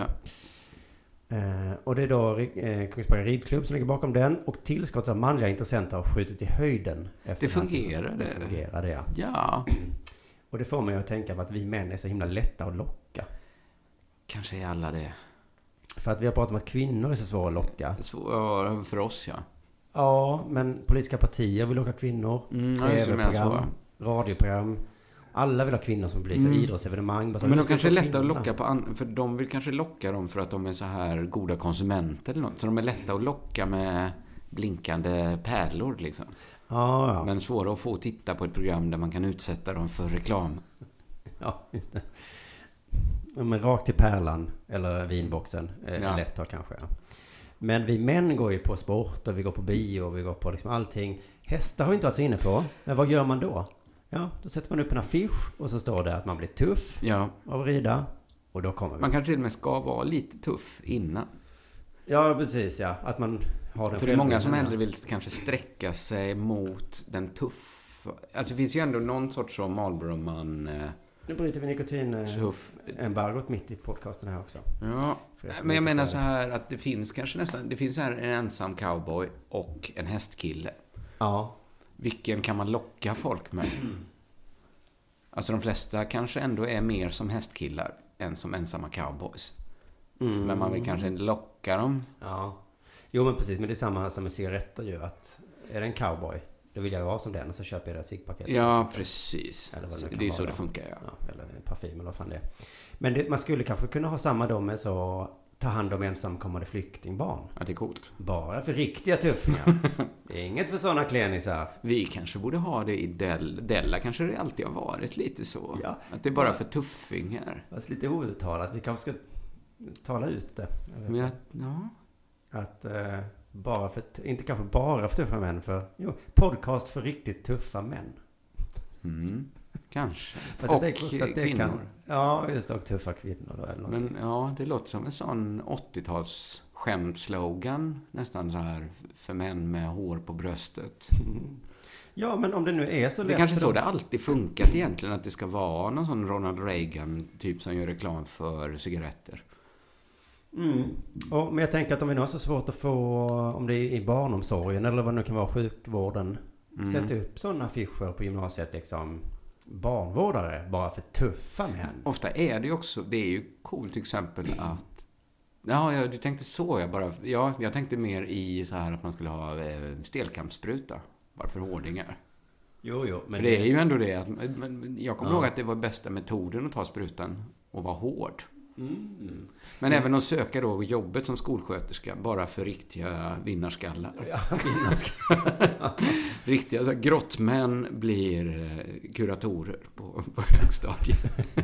Och det är då Kungsbacka ridklubb som ligger bakom den. Och tillskottet av manliga intressenter har skjutit i höjden. Det fungerade. Det fungerade, ja. Ja. Och det får mig att tänka på att vi män är så himla lätta att locka. Kanske är alla det. För att vi har pratat om att kvinnor är så svåra att locka. Ja, för oss, ja. Ja, men politiska partier vill locka kvinnor. TV-program, radioprogram. Alla vill ha kvinnor som publik. Så idrottsevenemang. Men de kanske är lätta att locka för de vill kanske locka dem för att de är så här goda konsumenter eller något. Så de är lätta att locka med blinkande pärlor liksom. Ja. Men svåra att få titta på ett program där man kan utsätta dem för reklam. Ja, just det. Men rakt till pärlan eller vinboxen är lätt att kanske. Ja. Men vi män går ju på sport och vi går på bio och vi går på liksom allting. Hästar har vi inte varit så inne på. Men vad gör man då? Ja, då sätter man upp en affisch och så står det att man blir tuff av att rida. Och då kommer vi. Man kanske till och med ska vara lite tuff innan. Ja, precis, ja. Att man har den. För det är många som hellre vill kanske sträcka sig mot den tuffa. Alltså det finns ju ändå någon sorts av Marlboro-man. Nu bryter vi nikotin-embargot mitt i podcasten här också. Ja, men jag menar så här att det finns kanske nästan, det finns här en ensam cowboy och en hästkille. Ja. Vilken kan man locka folk med? Alltså de flesta kanske ändå är mer som hästkillar än som ensamma cowboys. Men man vill kanske inte locka dem. Ja. Jo, men precis. Men det är samma som med cigaretter ju. Att är det en cowboy, då vill jag vara som den och så köper jag det ciggpaket. Ja, precis. Det är så det funkar, ja. Eller parfym eller vad fan det är. Men man skulle kanske kunna ha samma då med så ta hand om ensamkommande flyktingbarn. Ja, det är coolt. Bara för riktiga tuffingar. Det är inget för sådana klenisar. Vi kanske borde ha det i Della. Kanske det alltid har varit lite så. Ja. Att det är bara för tuffingar. Det är lite outtalat. Vi kanske ska tala ut det. Men ja. Att inte kanske bara för tuffa män. Podcast för riktigt tuffa män. Kanske. Och kvinnor. Ja, just det. Och tuffa kvinnor. Då, eller men ja, det låter som en sån 80-tals skämtslogan. Nästan så här för män med hår på bröstet. Ja, men om det nu är så lätt. Det är kanske så det alltid funkat egentligen. Att det ska vara någon sån Ronald Reagan typ som gör reklam för cigaretter. Men jag tänker att om vi nu har så svårt att få, om det är i barnomsorgen eller vad det nu kan vara, sjukvården, sätta upp sådana affischer på gymnasiet liksom, barnvårdare bara för tuffa män. Ofta är det ju också, det är ju coolt till exempel att du tänkte så, jag tänkte mer i så här att man skulle ha stelkampsspruta bara för hårdingar. Jo, men för det är ju ändå det att jag kommer ihåg att det var bästa metoden att ta sprutan och vara hård. Men även att söka då jobbet som skolsköterska bara för riktiga vinnarskallar. Ja, vinnarskallar. Riktiga så här, grottmän blir kuratorer på högstadiet.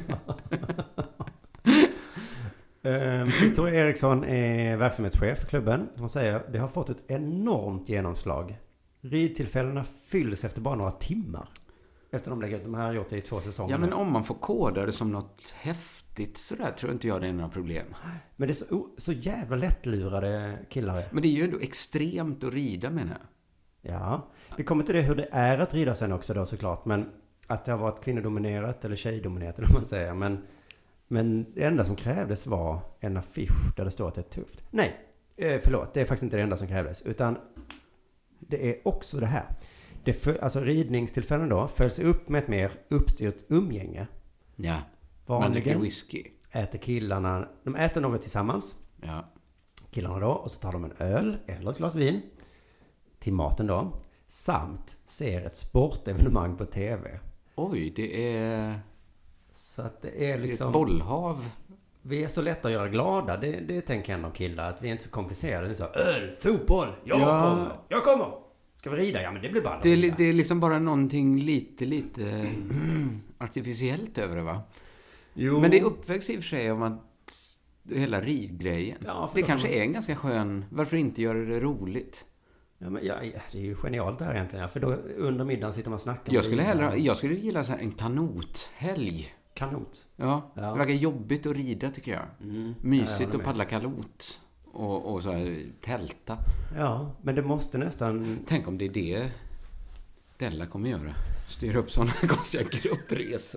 Victoria Eriksson är verksamhetschef för klubben. Hon säger det har fått ett enormt genomslag. Ridtillfällena fylls efter bara några timmar. Efter de här gjort det i 2 säsonger. Ja, men om man får koda det som något häftigt sådär tror inte jag det är några problem. Men det är så jävla lättlurade killar. Men det är ju ändå extremt att rida, menar jag. Ja, vi kommer till det hur det är att rida sen också då såklart. Men att det har varit kvinnodominerat eller tjejdominerat eller vad man säger. Men det enda som krävdes var en affisch där det står att det är tufft. Nej, förlåt. Det är faktiskt inte det enda som krävdes. Utan det är också det här. Alltså ridningstillfällen då följs upp med ett mer uppstyrt umgänge. Ja, vanligen man dricker whisky. Äter killarna, de äter något tillsammans. Ja. Killarna då, och så tar de en öl eller ett glas vin till maten då. Samt ser ett sportevenemang på tv. Oj, det är... Så att det är liksom... ett bollhav. Vi är så lätta att göra glada. Det tänker ändå killar. Att vi är inte så komplicerade. Det är så öl, fotboll, jag kommer. Ska vi rida? Ja, men det blir bara... Det är liksom bara någonting lite artificiellt över det, va? Jo. Men det är uppväxt i och för sig om att hela ridgrejen. Ja, det kanske är en ganska skön... Varför inte göra det roligt? Ja, men det är ju genialt det här egentligen. För då under middagen sitter man och snackar. Jag skulle gilla så här en kanothelg. Kanot? Ja, det verkar jobbigt att rida tycker jag. Mysigt att paddla kanot. Och så här tälta. Ja, men det måste nästan... Tänk om det är det Della kommer göra. Styra upp sådana konstiga gruppresor.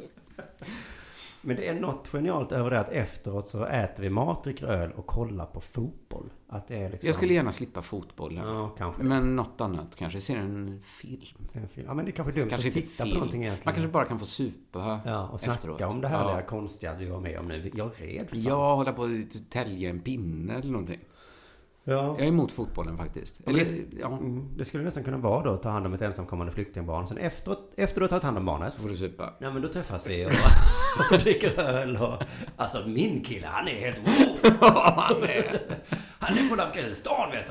Men det är något genialt över det att efteråt så äter vi mat, dricker öl och kollar på fotboll. Att det är liksom... Jag skulle gärna slippa fotbollen. Ja, kanske. Men något annat. Kanske ser en film. Ja, men det är kanske dumt kanske att titta på någonting egentligen. Man kanske bara kan få supa och snacka efteråt. Om det här konstiga vi var med om nu. Jag är rädd för. Jag håller på att tälja en pinne eller någonting. Ja. Jag är emot fotbollen faktiskt. Det skulle nästan kunna vara då att ta hand om ett ensamkommande flyktingbarn. Sen efter du har tagit hand om barnet. Så får du supa. Ja, men då träffas vi och dricker öl. Alltså min kille, han är helt han är från Afghanistan, vet du.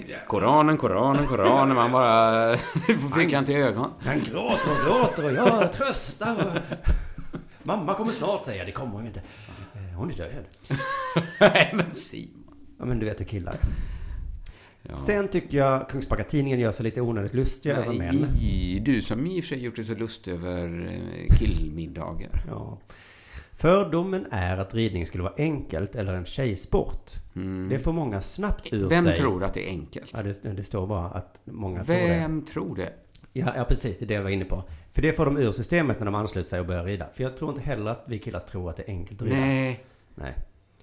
Koranen. Man bara får fickan till ögon. Han gråter och jag tröstar. Mamma kommer snart, säger det kommer hon ju inte. Hon är död. Nej, men Simon. Ja, men du vet hur killar. Ja. Sen tycker jag Kungsbacka-tidningen gör sig lite onödigt lustig över män. Du som i och för sig gjort dig så lustig över killmiddagar. Ja. Fördomen är att ridning skulle vara enkelt eller en tjejsport. Det får många snabbt ur sig. Vem tror att det är enkelt? Ja, det står bara att många tror det. Vem tror det? Ja, precis. Det är det jag var inne på. För det får de ur systemet när de ansluter sig och börjar rida. För jag tror inte heller att vi killar tror att det är enkelt att rida. Nej.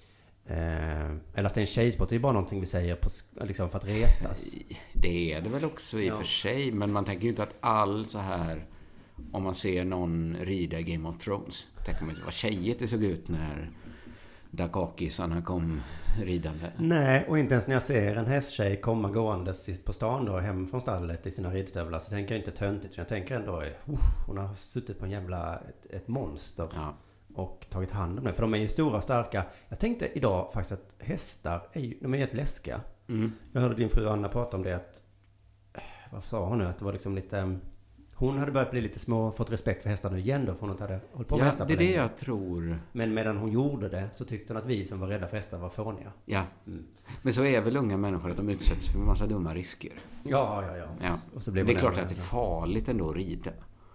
Eller att det är en tjejsport. Det är bara någonting vi säger liksom för att retas. Det är det väl också i och för sig. Men man tänker ju inte att all så här... Om man ser någon rida i Game of Thrones. Tänker man inte vad tjejet det såg ut när Dakakisarna kom ridande. Nej, och inte ens när jag ser en hästtjej komma gåendes på stan då, hem från stallet i sina ridstövlar, så tänker jag inte töntigt. Jag tänker ändå, hon har suttit på en jävla ett monster. Ja. Och tagit hand om det. För de är ju stora och starka. Jag tänkte idag faktiskt att hästar de är helt läskiga. Jag hörde din fru Anna prata om det att... Vad sa hon nu? Att det var liksom lite... Hon hade börjat bli lite fått respekt för hästar nu igen då. För hon inte hade hållit på med hästar det är det jag tror. Men medan hon gjorde det så tyckte hon att vi som var rädda för hästar var fåniga. Ja. Men så är väl unga människor att de utsätts för en massa dumma risker. Ja. Och så blir det är klart att det är farligt ändå att rida.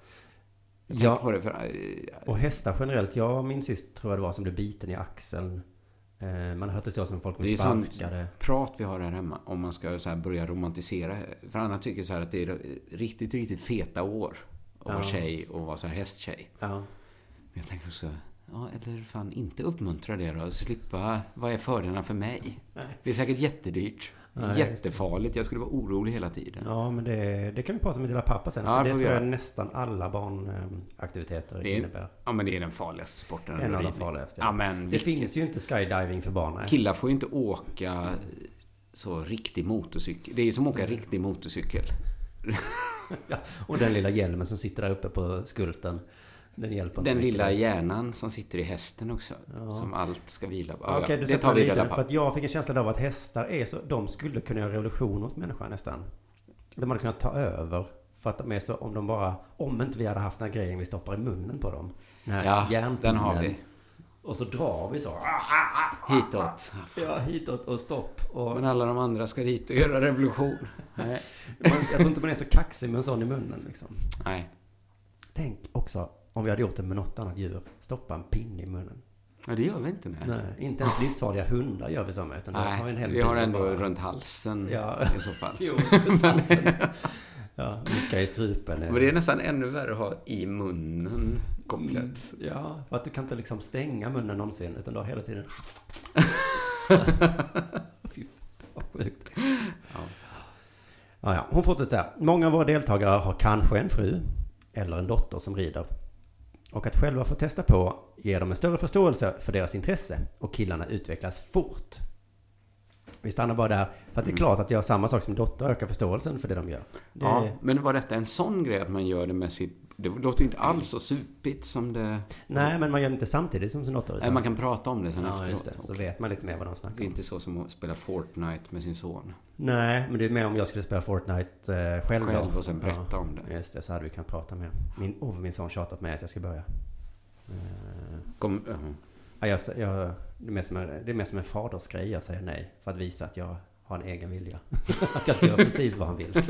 Och hästar generellt. Min sist tror jag det var som blev biten i axeln. Man har hört det så som folk med sparkade. Det är sånt prat vi har här hemma. Om man ska så här börja romantisera. För annars tycker jag så här att det är riktigt, riktigt feta år. Att vara tjej och vara så här hästtjej. Ja. Men jag tänker så... Ja, eller fan inte uppmuntra det då. Slippa... Vad är fördelarna för mig? Nej. Det är säkert jättedyrt. Jättefarligt. Jag skulle vara orolig hela tiden. Ja, men det kan vi prata med lilla pappa sen. Ja, för det tror jag nästan alla barnaktiviteter innebär. Ja, men det är den farligaste sporten. En av de farligaste. Ja, men det finns ju inte skydiving för barn. Killar får ju inte åka så riktig motorcykel. Det är ju som att åka riktig motorcykel. Ja, och den lilla hjälmen som sitter där uppe på skulten. Den lilla hjärnan som sitter i hästen också. Ja. Som allt ska vila på. Okej, det tar vi vidare. För att jag fick en känsla av att hästar är så... De skulle kunna göra revolution åt människan nästan. De hade kunnat ta över. För att de är så... Om inte vi hade haft den här grejen vi stoppar i munnen på dem. Den har vi. Och så drar vi så. Hitåt. Ja, hitåt och stopp. Men alla de andra ska dit och göra revolution. Nej. Jag tror inte man är så kaxig med en sån i munnen liksom. Nej. Tänk också... Om vi hade gjort det med något annat djur. Stoppa en pinne i munnen. Ja, det gör vi inte. Nej, inte ens livsfarliga hundar gör vi så med. Nej, vi har ändå runt halsen i så fall. Jo, runt halsen. Ja, mycket i strupen. Men det är nästan ännu värre att ha i munnen kopplat. Ja, för att du kan inte liksom stänga munnen någonsin. Utan du har hela tiden... Fy vad sjukt. Ja. Hon fortsätter så här. Många av våra deltagare har kanske en fru eller en dotter som rider. Och att själva få testa på ger dem en större förståelse för deras intresse. Och killarna utvecklas fort. Vi stannar bara där. För att det är klart att göra samma sak som dotter ökar förståelsen för det de gör. Men var detta en sån grej att man gör det med sitt... Det låter inte alls så supigt som det... Nej, men man gör det inte samtidigt som sin dotter. Nej, man kan prata om det sen efteråt. Just det. Så vet man lite mer vad de snackar om. Det är inte så som att spela Fortnite med sin son. Nej, men det är mer om jag skulle spela Fortnite själv och sen berätta om det. Just det, så hade vi kunnat prata mer. Min son tjatat med att jag ska börja. Det är mer som en fadersgrej. Jag säger nej för att visa att jag har en egen vilja. Att jag gör precis vad han vill.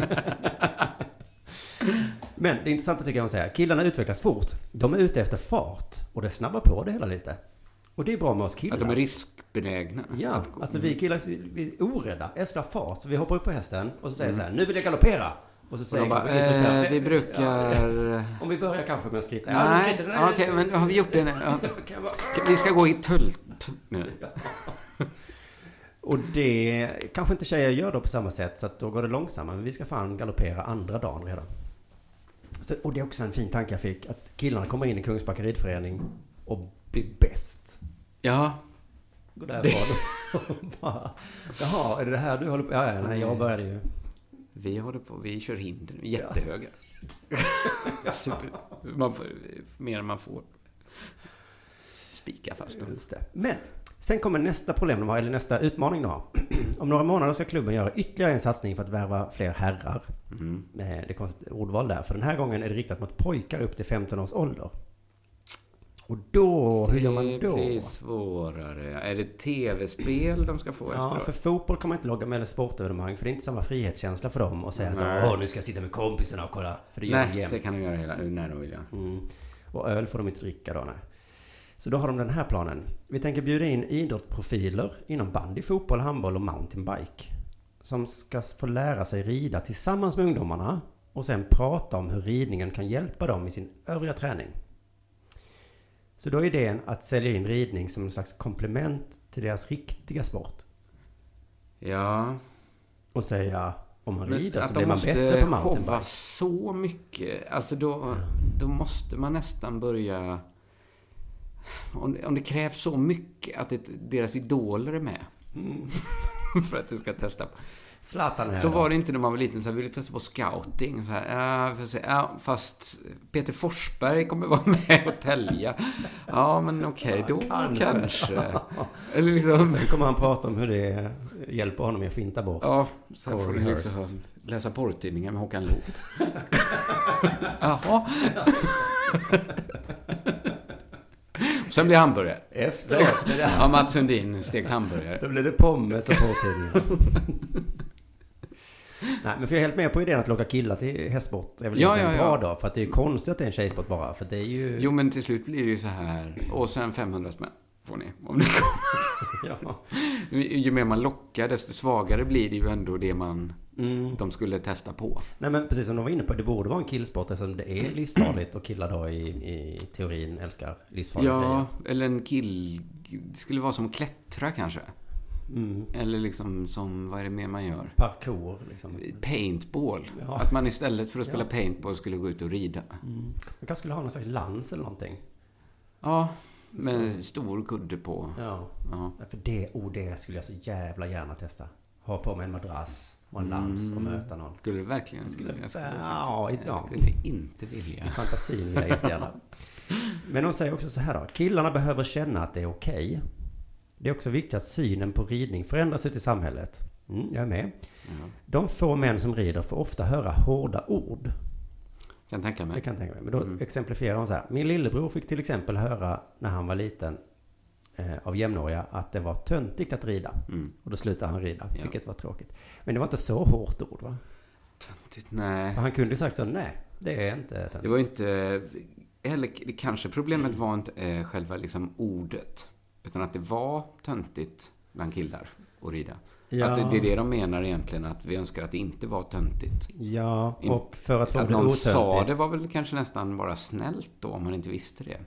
Men det är intressant att tycka jag säga. Killarna utvecklas fort. De är ute efter fart. Och det snabbar på det hela lite. Och det är bra med oss killar. Att de är riskbenägna. Ja, alltså vi killar vi är orädda. Älskar fart. Så vi hoppar upp på hästen. Och så säger så här, nu vill jag galoppera. Och så säger och bara, vi brukar... Om vi börjar kanske med att skritta. Nej, okej, men har vi gjort det nu? Ja. Vi ska gå i tult nu. Och det kanske inte tjejer gör då på samma sätt. Så att då går det långsammare. Men vi ska fan galoppera andra dagen redan. Så, och det är också en fin tanke jag fick. Att killarna kommer in i Kungsbacka ridförening och blir bäst. Ja. Gå därifrån. Jaha, är det här du håller på? Ja, nej, jag började ju. Vi kör hinder. Jättehöga. Super. Man får, mer än man får. Spika fast. Just det. Men sen kommer nästa problem de har, eller nästa utmaning de har. Om några månader ska klubben göra ytterligare en satsning för att värva fler herrar. Det är konstigt ordval där. För den här gången är det riktat mot pojkar upp till 15 års ålder. Och då, hur gör man då? Det blir svårare. Är det tv-spel de ska få efteråt? Ja, för fotboll kan man inte logga med sportevenemang. För det är inte samma frihetskänsla för dem. Och säga så här, nu ska jag sitta med kompisarna och kolla. För det gör de jämt. Det kan de göra när de vill. Och öl får de inte dricka då, nej. Så då har de den här planen. Vi tänker bjuda in idrottsprofiler inom bandy, fotboll, handboll och mountainbike. Som ska få lära sig rida tillsammans med ungdomarna. Och sen prata om hur ridningen kan hjälpa dem i sin övriga träning. Så då är idén att sälja in ridning som en slags komplement till deras riktiga sport. Ja. Och säga, om man rider så blir man bättre på mountainbike. Att så mycket. Alltså då måste man nästan börja... Om det krävs så mycket att deras idoler är med. För att du ska testa. Zlatan här. Så var det inte när man var liten, så jag ville testa på scouting. Så här, fast Peter Forsberg kommer vara med och tälja. Ja, men okej, då kanske. Eller liksom... Sen kommer han prata om hur det hjälper honom att finta bort. Ja, sen får du liksom läsa porrtidningar med Håkan Loop. Jaha. Sen blir hamburgare. Efteråt. Ja, Mats Sundin stekt hamburgare. Då blir det pommes och porrtidningar. Nej, men för jag är helt med på idén att locka killar till hästsport. Är väl en bra dag. För att det är ju konstigt att det är en tjejsport bara. För det är ju... Jo, men till slut blir det ju så här. Och sen 500 spänn får ni. Om det kommer. Ja. Ju mer man lockar, desto svagare blir det ju ändå det de skulle testa på. Nej, men precis som de var inne på, det borde vara en killsport eftersom det är livsfarligt och killar då i teorin älskar livsfarliga grejer. Eller en det skulle vara som klättra kanske. Eller liksom som, vad är det mer man gör? Parkour liksom. Paintball. Ja. Att man istället för att spela paintball skulle gå ut och rida. Man kanske skulle ha någon slags lans eller någonting. Ja, med stor kudde på. Ja. För det skulle jag så jävla gärna testa. Ha på mig en madrass och en lans och möta någon. Skulle du verkligen? Jag skulle inte vilja. I fantasin vill jag jättegärna. Men de säger också så här då. Killarna behöver känna att det är okej. Det är också viktigt att synen på ridning förändras ut i samhället. Jag är med. De få män som rider får ofta höra hårda ord. Kan tänka mig. Det kan tänka mig. Men då exemplifierar hon så här. Min lillebror fick till exempel höra när han var liten av jämnåriga att det var töntigt att rida. Och då slutade han rida, vilket var tråkigt. Men det var inte så hårt ord, va? Töntigt, nej. För han kunde sagt så, nej, det är inte töntigt. Det var inte... Eller kanske problemet var inte själva liksom ordet. Utan att det var töntigt bland killar att rida. Ja. Att det är det de menar egentligen. Att vi önskar att det inte var töntigt. Ja, och för att få att det någon sa det var väl kanske nästan bara snällt då. Om man inte visste det.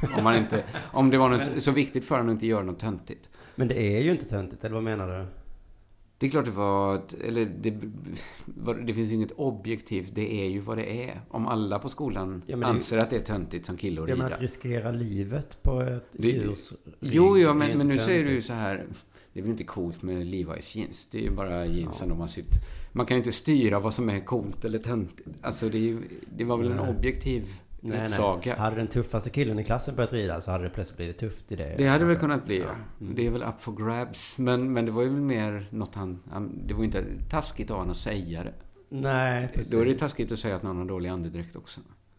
Om det var något så viktigt för att inte göra något töntigt. Men det är ju inte töntigt, eller vad menar du? Det är klart det var... Eller det finns ju inget objektivt. Det är ju vad det är. Om alla på skolan anser att det är töntigt som kille att rida. Ja, men att riskera livet på ett djurs... Jo, men nu säger du ju så här... Det är väl inte coolt med Levi's jeans. Det är ju bara jeansen de har sytt. Man kan ju inte styra vad som är coolt eller töntigt. Alltså det var väl en objektiv utsaga. Hade den tuffaste killen i klassen börjat rida så hade det plötsligt blivit tufft i det. Det hade väl kunnat bli, Det är väl up for grabs. Men det var ju mer något det var inte taskigt av honom att säga det. Nej, precis. Då är det taskigt att säga att någon har dålig andedräkt också.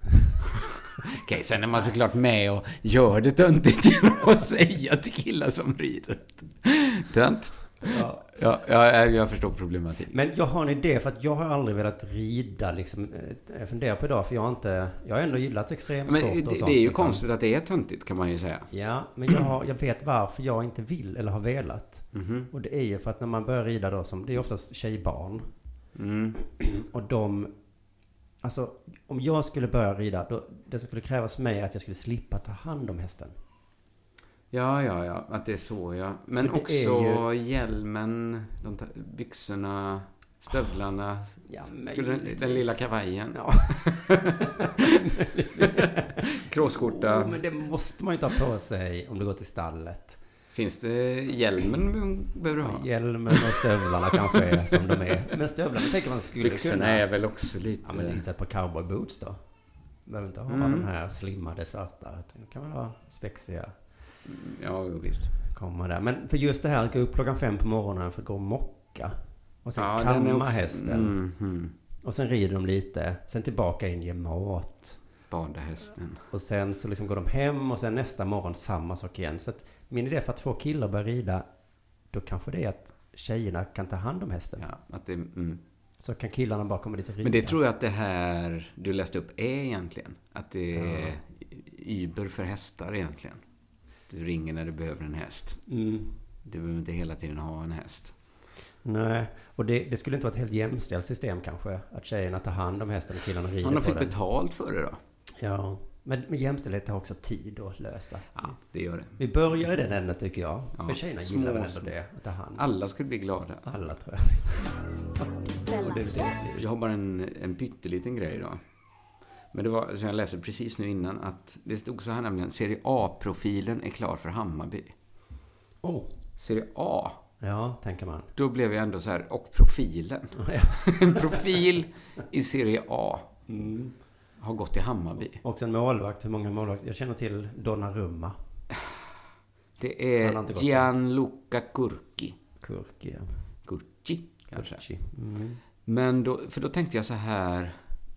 Okej, sen är man såklart med och gör det töntigt genom att säga till killar som rider. Tönt. Jag förstår problematik. Men jag har en idé, för att jag har aldrig velat rida liksom. Jag funderar på idag, för jag har ändå gillat extremsport och sånt. Det är ju liksom. konstigt att det är töntigt, kan man ju säga. Ja, men jag vet varför jag inte vill eller har velat. Och det är ju för att när man börjar rida då, det är oftast tjejbarn. Och alltså om jag skulle börja rida, då det skulle krävas mig att jag skulle slippa ta hand om hästen. Ja, att det är så, ja. Men också hjälmen, byxorna, stövlarna, den lilla kavajen. Ja. Kråsskjorta. Men det måste man ju ta på sig om du går till stallet. Finns det hjälmen behöver du ha? Hjälmen och stövlarna kanske är som de är. Men stövlarna tänker man skulle byxorna kunna. Är väl också lite... Ja, men lite ett par cowboyboots då. Behöver inte ha de här slimmade svarta. Det kan man ha spexiga. Ja, visst. Komma där. Men för just det här att gå upp 5:00 på morgonen för att gå och mocka. Och sen kamma hästen. Och sen rider de lite. Sen tillbaka in, ge mat. Bada hästen. Och sen så liksom går de hem och sen nästa morgon samma sak igen. Så att min idé för att få killar att börja rida, då kanske det är att tjejerna kan ta hand om hästen. Ja, att så kan killarna bara komma dit och rida. Men det tror jag att det här du läste upp är egentligen. Att det är Uber för hästar egentligen. Du ringer när du behöver en häst. Du behöver inte hela tiden ha en häst. Nej, och det skulle inte vara ett helt jämställt system kanske. Att tjejerna tar hand om hästen och killarna rider på den. Man fick betalt för det då. Ja, men jämställdhet har också tid att lösa. Ja, det gör det. Vi börjar i den änden tycker jag. Ja, för tjejerna gillar väl ändå det, att ta hand. Alla skulle bli glada. Alla tror jag. Jag har bara en pytteliten grej då. Men det var, som jag läste precis nu innan, att det stod så här nämligen: Serie A-profilen är klar för Hammarby. Serie A? Ja, tänker man. Då blev jag ändå så här, och profilen. En profil i Serie A har gått till Hammarby. Och en målvakt, hur många målvakter? Jag känner till Donnarumma. Det är Gianluca Curci. Curci, ja. Curci, kanske. Curci. Men då tänkte jag så här,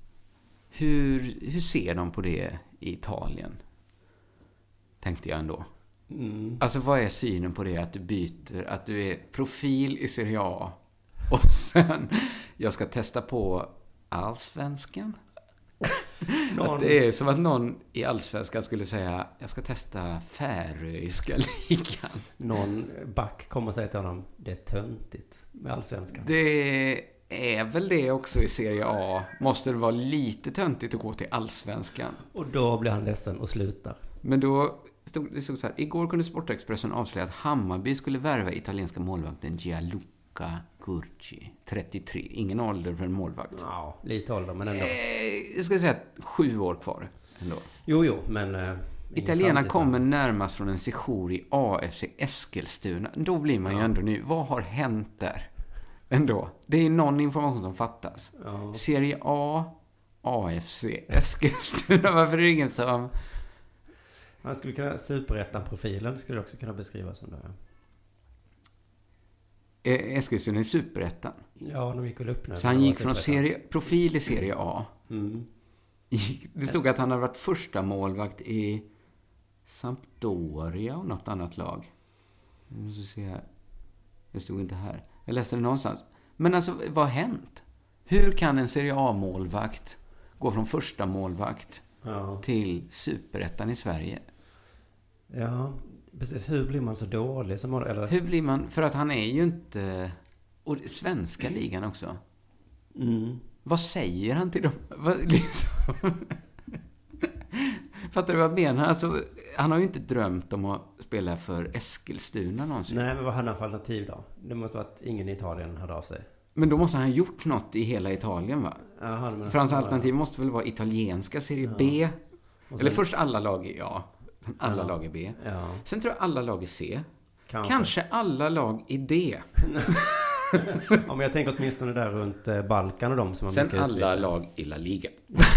hur ser de på det i Italien? Tänkte jag ändå. Alltså vad är synen på det, att du byter, att du är profil i Serie A och sen jag ska testa på Allsvenskan? Att det är som att någon i Allsvenskan skulle säga, jag ska testa Färöiska ligan. Någon back kommer och säger till honom, det är töntigt med Allsvenskan. Det är väl det också i Serie A. Måste det vara lite töntigt att gå till Allsvenskan. Och då blir han ledsen och slutar. Men då det stod så här: igår kunde Sportexpressen avslöja att Hammarby skulle värva italienska målvakten Gianluca Curci, 33. Ingen ålder för en målvakt. Ja, lite ålder, men ändå. Jag skulle säga 7 år kvar ändå. Jo, men... Italienarna kommer närmast från en sejour i AFC Eskilstuna. Då blir man ju ändå ny. Vad har hänt där? Ändå. Det är någon information som fattas. Ja. Serie A, AFC Eskilstuna. Varför är det ingen som... Man skulle kunna... Superettan-profilen skulle också kunna beskrivas som det. Eskilstuna i Superettan. Ja, de gick väl upp. Så han gick från profil i Serie A. Det stod att han hade varit första målvakt i Sampdoria och något annat lag. Jag måste se här. Det stod inte här. Jag läste det någonstans. Men alltså, vad har hänt? Hur kan en Serie A-målvakt gå från första målvakt till Superettan i Sverige? Ja, precis. Hur blir man så dålig som målvakt? Eller? Hur blir man? För att han är ju inte... Och svenska ligan också. Vad säger han till dem? Fattar du vad jag menar? Alltså, han har ju inte drömt om att spela för Eskilstuna någonsin. Nej, men vad hade han för alternativ då? Det måste vara att ingen i Italien hörde av sig. Men då måste han ha gjort något i hela Italien, va? Jaha, för hans alternativ måste väl vara italienska Serie B. Sen, eller först alla lag i A. Sen alla lag i B. Ja. Sen tror jag alla lag i C. Kanske alla lag i D. Ja, men jag tänker åtminstone där runt Balkan och de som har sen alla lag i La Liga.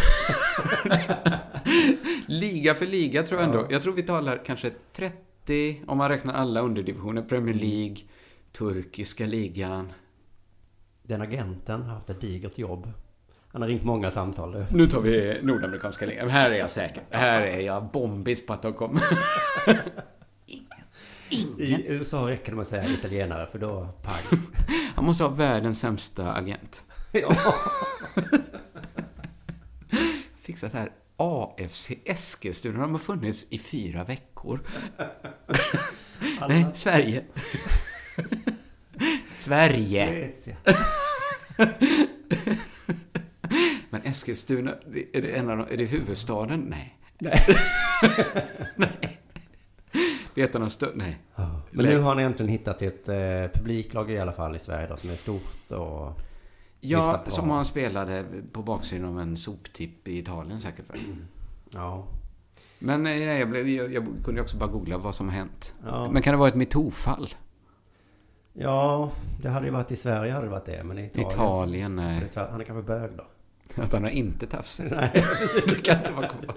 Liga för liga tror jag ändå. Jag tror vi talar kanske 30, om man räknar alla underdivisioner. Premier League, turkiska ligan. Den agenten har haft ett digert jobb. Han har ringt många samtal. Nu tar vi nordamerikanska ligan. Här är jag säker. Här är jag bombis på att de kommer. I USA räcker det med att säga italienare, för då pang. Han måste ha världens sämsta agent. Ja. Fixat här. AFC Eskilstuna. De har funnits i 4 veckor. Nej, Sverige. Sverige. Men Eskilstuna, är det huvudstaden? Nej. Nej. Nej. Det är ett av de större. Nej. Men nu har ni egentligen hittat ett publiklag i alla fall i Sverige då, som är stort och... Ja, som han spelade på baksidan av en soptipp i Italien säkert. Ja. Men nej, jag kunde också bara googla vad som har hänt. Ja. Men kan det vara ett MeToo-fall? Ja, det hade ju varit i Sverige, hade det varit det, men i Italien, nej. Han är kanske bög då. Att han har inte tafsat. Nej, precis. Det kan inte vara kvar.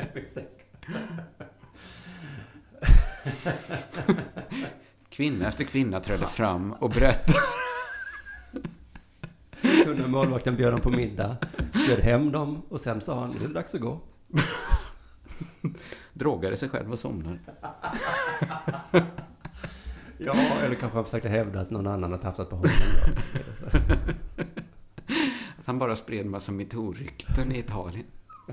Kvinna efter kvinna trädde fram och berättade. Kunde målvakten bjöd dem på middag, bjöd hem dem och sen sa han, det är dags att gå. Drogade sig själv och somnade. Ja, eller kanske han försökte hävda att någon annan har tafsat på honom. Att han bara spred en massa MeToo-rykten i Italien.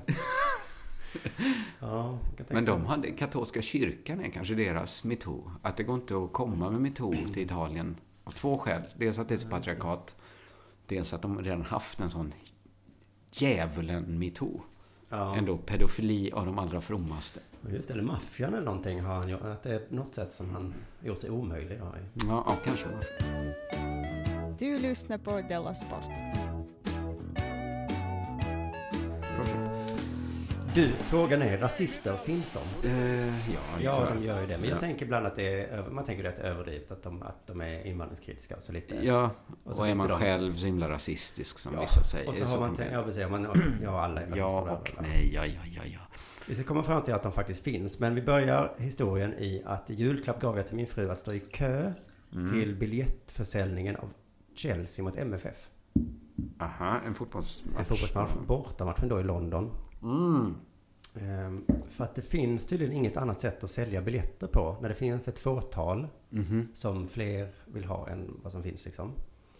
Ja, men de hade, katolska kyrkan är kanske deras MeToo. Att det går inte att komma med MeToo till Italien av 2 skäl. Dels att det är så patriarkat. Dels att de redan haft en sån djävulen MeToo. Ja. Ändå pedofili av de allra frommaste. Just det, eller maffian eller någonting har han gjort. Att det är något sätt som han gjort sig omöjlig. Ja, kanske. Du lyssnar på Della Sport. Du, frågan är, rasister, finns de? Ja, de gör ju det. Men jag tänker ibland att man tänker att det är överdrivet att de är invandringskritiska. Så lite. Ja, och är man själv så himla rasistisk som vissa säger. Och så har man tänkt, alla är rasister. Ja och nej, ja. Vi ska komma fram till att de faktiskt finns. Men vi börjar historien i att i julklapp gav jag till min fru att stå i kö till biljettförsäljningen av Chelsea mot MFF. Aha, en fotbollsmatch. En fotbollsmatch, bortamatchen då i London. För att det finns tydligen inget annat sätt att sälja biljetter på när det finns ett fåtal som fler vill ha än vad som finns liksom.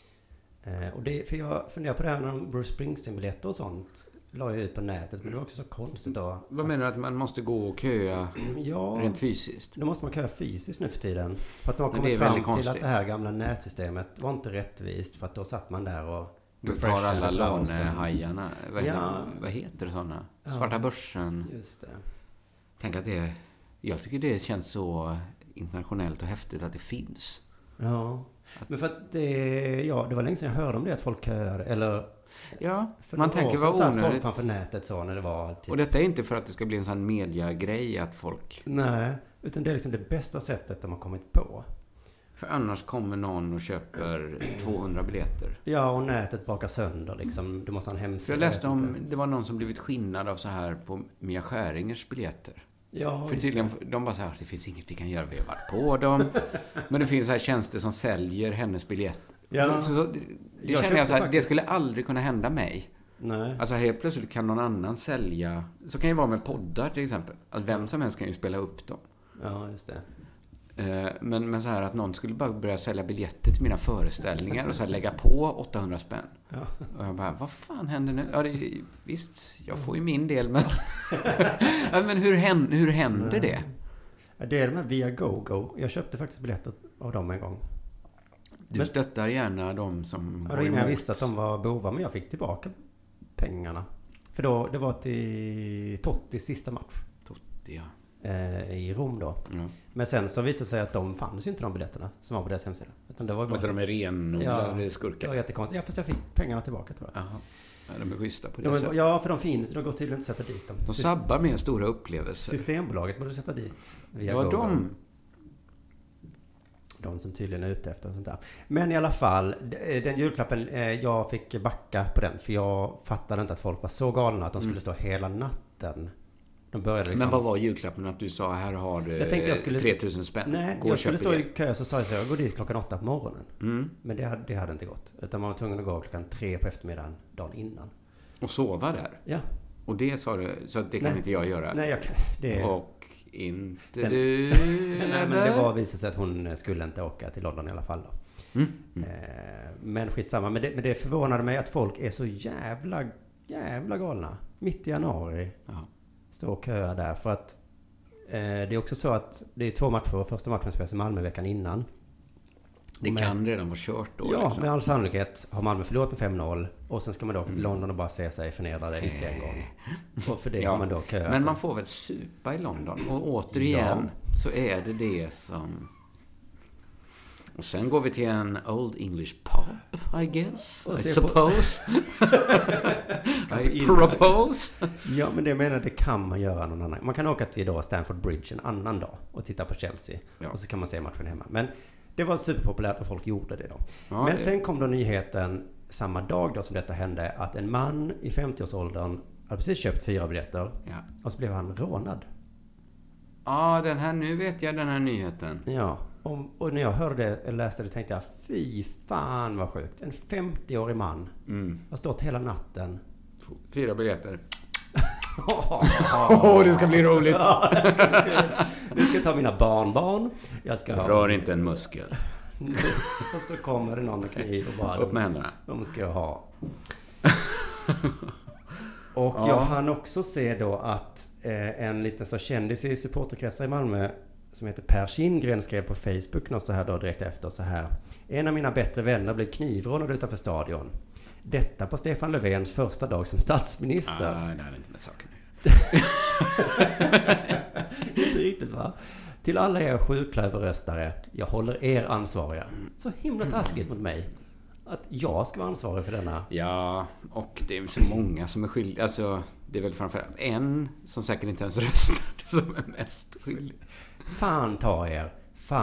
Och det, för jag funderar på det här när Bruce Springsteen-biljetter och sånt la jag ut på nätet, men det var också så konstigt då. Vad menar du, att man måste gå och köa rent fysiskt? Då måste man köa fysiskt nu för tiden. För att de har kommit fram till att det här gamla nätsystemet var inte rättvist, för att då satt man där och du tar alla lånehajarna. Vad heter det sådana? Svarta börsen. Just det. Tänk att jag tycker det känns så internationellt och häftigt att det finns. Ja. Men för att det var länge sedan jag hörde om det, att folk köade. Eller... Ja, man tänker vad onödigt. Folk framför nätet så när det var... Och detta är inte för att det ska bli en sån mediagrej att folk... Nej, utan det är liksom det bästa sättet de har kommit på. För annars kommer någon och köper 200 biljetter. Ja, och nätet bakar sönder liksom. Du måste ha en hemsida. Jag läste om, det var någon som blivit skinnad av så här på Mia Skäringers biljetter. Ja, för tydligen, de bara så här, det finns inget vi kan göra, vi har varit på dem. Men det finns så här tjänster som säljer hennes biljett. Ja. Så det känner jag så här, det skulle aldrig kunna hända mig. Nej. Alltså helt plötsligt kan någon annan sälja. Så kan det vara med poddar till exempel. Att vem som helst kan ju spela upp dem. Ja, just det. Men så här att någon skulle bara börja sälja biljetter till mina föreställningar och så här lägga på 800 spänn. Ja. Och jag bara, vad fan händer nu? Ja, visst, jag får ju min del, men... ja, men hur händer det? Det är de här via GoGo. Jag köpte faktiskt biljetter av dem en gång. Du stöttar gärna de som... Ja, innan jag visste att de var bovar, men jag fick tillbaka pengarna. För då, det var till Tottis sista match. Totti, ja. I Rom då. Mm. Men sen så visade det sig att de fanns ju inte de biljetterna som var på deras hemsida. Utan det var bara... Alltså de är renodlade skurkar? Det var jättekonstigt. Ja, fast jag fick pengarna tillbaka, tror jag. Jaha. Ja, de är schyssta på det sättet. Ja, för de finns. De går tydligen inte att sätta dit dem. De sabbar med en stora upplevelse. Systembolaget borde sätta dit. Ja, de som tydligen är ute efter och sånt där. Men i alla fall, den julklappen, jag fick backa på den. För jag fattade inte att folk var så galna att de skulle stå hela natten. De började liksom... Men vad var julklappen? Att du sa, här har du 3000 spänn. Nej, jag skulle stå i kö, så sa jag så, jag går dit 8 på morgonen. Mm. Men det hade inte gått. Utan man var tvungen att gå 3 på eftermiddagen dagen innan. Och sova där? Ja. Och det sa du, så att det kan inte jag göra? Nej, jag kan. Och Inte du. Nej, men det visade sig att hon skulle inte åka till London i alla fall då. Men skitsamma. Men det förvånade mig att folk är så jävla galna. Mitt i januari. Ja. Står och köar där. För att det är också så att det är 2 matcher. Första matchen spelas i Malmö veckan innan. Det kan redan vara kört då. Ja, liksom. med all sannolikhet har Malmö förlorat med 5-0. Och sen ska man då åka till London och bara se sig förnedrade ytterligare en gång. Och för det har man då köat. Men man får väl supa i London. Och återigen så är det som... Och sen går vi till en Old English pub, I guess. I suppose. I propose. Ja, men det menar det kan man göra någon annan. Man kan åka till då Stamford Bridge en annan dag och titta på Chelsea. Ja. Och så kan man se matchen hemma. Men det var superpopulärt och folk gjorde det då. Ja, men sen kom då nyheten samma dag då som detta hände att en man i 50-årsåldern hade precis köpt 4 biljetter. Ja. Och så blev han rånad. Ja, nu vet jag den här nyheten. Ja. Och när jag hörde det, eller läste det, tänkte jag, fy fan vad sjukt. En 50-årig man har stått hela natten. 4 biljetter. Det ska bli roligt. Nu ska jag ta mina barnbarn. Jag rör inte en muskel. Och så kommer det någon med kniv och bara... Upp med händerna. De ska jag ha. Och jag hann också se då att en liten så kändis i supporterkretsar i Malmö som heter Per Kindgren skrev på Facebook något så här då direkt efter så här. En av mina bättre vänner blev knivrånad utanför stadion. Detta på Stefan Löfvens första dag som statsminister. Det är inte med saken. Inte riktigt, va? Till alla er sjuklöverröstare, jag håller er ansvariga. Så himla taskigt mot mig. Att jag ska vara ansvarig för denna. Ja, och det är så många som är skyldiga. Alltså, det är väl framförallt en som säkert inte ens röstade som är mest skyldig. Fan ta er.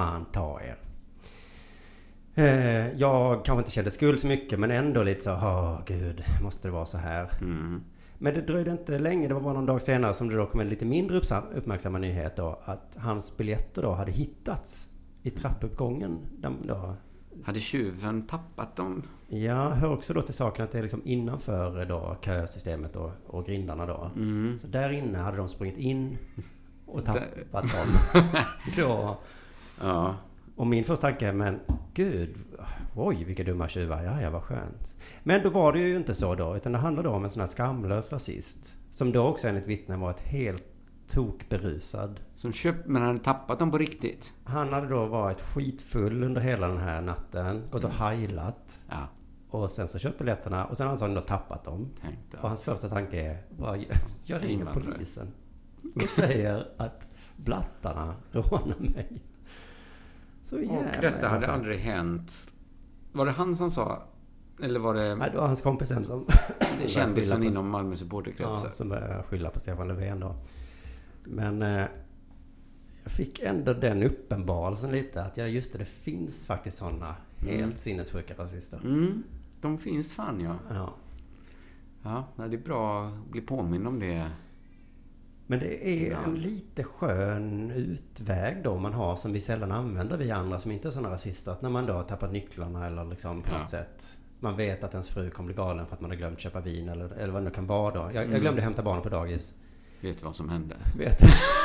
Jag kanske inte kände skuld så mycket, men ändå lite så, gud, måste det vara så här? Men det dröjde inte länge, det var bara någon dag senare som det då kom en lite mindre uppmärksamma nyhet då, att hans biljetter då hade hittats i trappuppgången. Då. Hade tjuven tappat dem? Ja, hör också då till saken att det är liksom innanför då kösystemet och grindarna då. Så där inne hade de sprungit in och tappat dem. Då. Ja. Och min första tanke, men gud, oj vilka dumma tjuvar, ja vad skönt. Men då var det ju inte så då, utan det handlade om en sån här skamlös rasist. Som då också enligt vittnen var ett helt tokberusad. Men han hade tappat dem på riktigt? Han hade då varit skitfull under hela den här natten, gått och heilat. Ja. Och sen så köpt biljetterna och sen hade han då tappat dem. Och hans första tanke är, jag ringer polisen och säger att blattarna rånar mig. Och detta hade aldrig hänt. Var det han som sa? Eller var det... Nej, det var hans kompisen som... Det kändisen inom Malmö supporterkretsar. Ja, som började skylla på Stefan Löfven då. Men jag fick ändå den uppenbarelsen lite att det finns faktiskt sådana helt sinnessjuka rasister. De finns fan, ja. Ja, det är bra att bli påminn om det. Men det är en lite skön utväg då man har som vi sällan använder, vi andra som inte är sådana rasister. Att när man då har tappat nycklarna eller liksom på något sätt. Man vet att ens fru kommer bli galen för att man har glömt köpa vin eller vad det kan vara då. Jag glömde hämta barnen på dagis. Vet du vad som hände? Vet.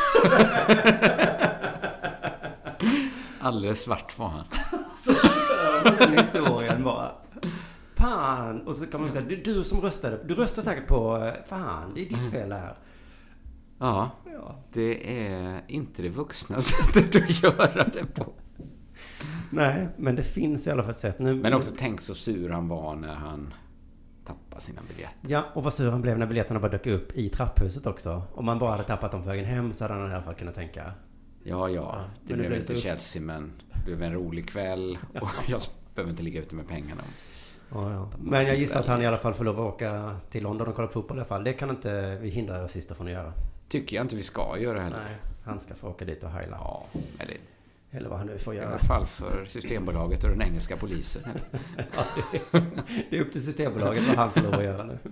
Alldeles svart var han. Så den historien bara. Fan. Och så kan man säga, det är du som röstade. Du röstar säkert på, fan, det är ditt fel här. Ja, det är inte det vuxna sättet att göra det på. Nej, men det finns i alla fall ett sätt. Men också tänk så sur han var när han tappade sina biljetter. Ja, och vad sur han blev när biljetterna bara dök upp i trapphuset också. Om man bara hade tappat dem på vägen hem så hade han i alla fall kunnat tänka. Ja, det blev inte Chelsea, men det blev en rolig kväll och jag behöver inte ligga ute med pengarna. Ja. Men jag gissar att han i alla fall får lov att åka till London och kolla på fotboll i alla fall. Det kan inte vi hindra rasister från att göra. Tycker jag inte vi ska göra heller. Nej, han ska få åka dit och heila. Ja, eller vad han nu får göra. I alla fall för Systembolaget och den engelska polisen. Det är upp till Systembolaget vad han får lov att göra nu.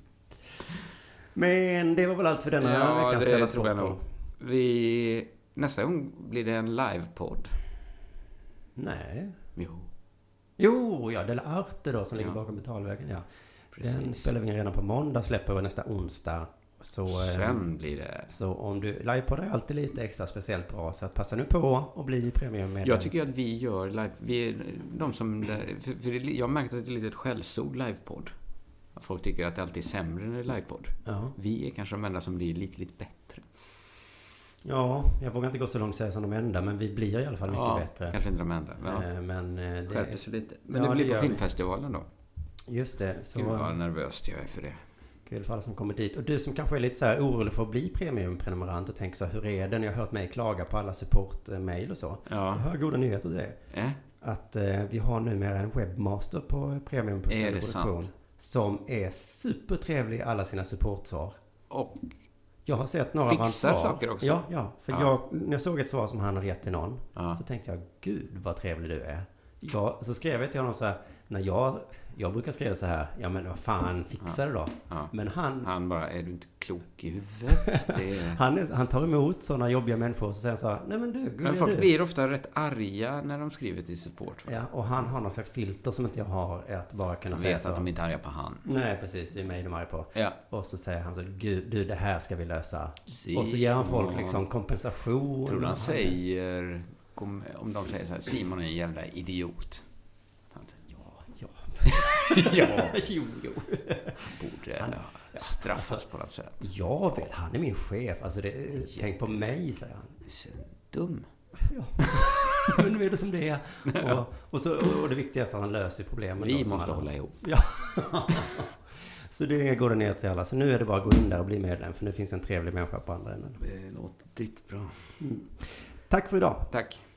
Men det var väl allt för denna veckans Della Sport. Ja, det tror jag nog. Nästa gång blir det en livepodd. Nej. Jo, Della Arte då som ligger bakom betalvägen. Ja. Precis. Den spelar vi in redan på måndag, släpper vi nästa onsdag. Så, Sen blir det... Så om du livepoddar är alltid lite extra speciellt bra. Så att passa nu på och bli premiummedlem. Jag tycker att vi gör live... Vi är de som... För jag har märkt att det är lite ett skällsord, livepodd. Att folk tycker att det alltid är sämre när det är livepodd. Ja. Vi är kanske de enda som blir lite bättre. Ja, jag vågar inte gå så långt säga som de enda. Men vi blir i alla fall mycket bättre. Kanske inte de enda. Men det skärper sig lite. Men ja, det blir det på filmfestivalen då. Just det. Så Gud vad nervöst jag är för det. Kul för alla som kommer dit. Och du som kanske är lite så här orolig för att bli premiumprenumerant och tänker så här, hur är det? Ni har hört mig klaga på alla support-mail och så. Ja. Jag hör goda nyheter till det. Att vi har numera en webbmaster på premiumproduktion. Som är supertrevlig i alla sina supportsvar. Och jag har sett några av hans svar. Fixar saker också. Ja. För när jag såg ett svar som han hade gett till någon. Så tänkte jag, gud vad trevlig du är. Så skrev jag till honom så här. När jag brukar skriva så här. Ja men vad fan, fixar det då. Men han bara, är du inte klok i huvudet? Han tar emot sådana jobbiga människor. Och så säger han så här, nej men du. Men folk blir ofta rätt arga när de skriver till support. Ja, och han har någon slags filter som inte jag har. Att bara kunna säga så. Vet att de inte är arga på han. Nej precis, det är mig de är arga på. Ja. Och så säger han så, gud du det här ska vi lösa. Och så ger han folk liksom kompensation. Tror han säger, om de säger så här, Simon är en jävla idiot. Ja. Jo. Borde straffas på något sätt. Jag vet, han är min chef. Alltså tänk på mig, säger han. Dum. Ja. Men nu är det som det är. Och det viktigaste är att han löser problemen. Vi måste hålla ihop. Ja. Så det går ner till alla. Så nu är det bara att gå in där och bli medlem. För nu finns en trevlig människa på andra änden. Det låter ditt bra. Tack för idag. Tack.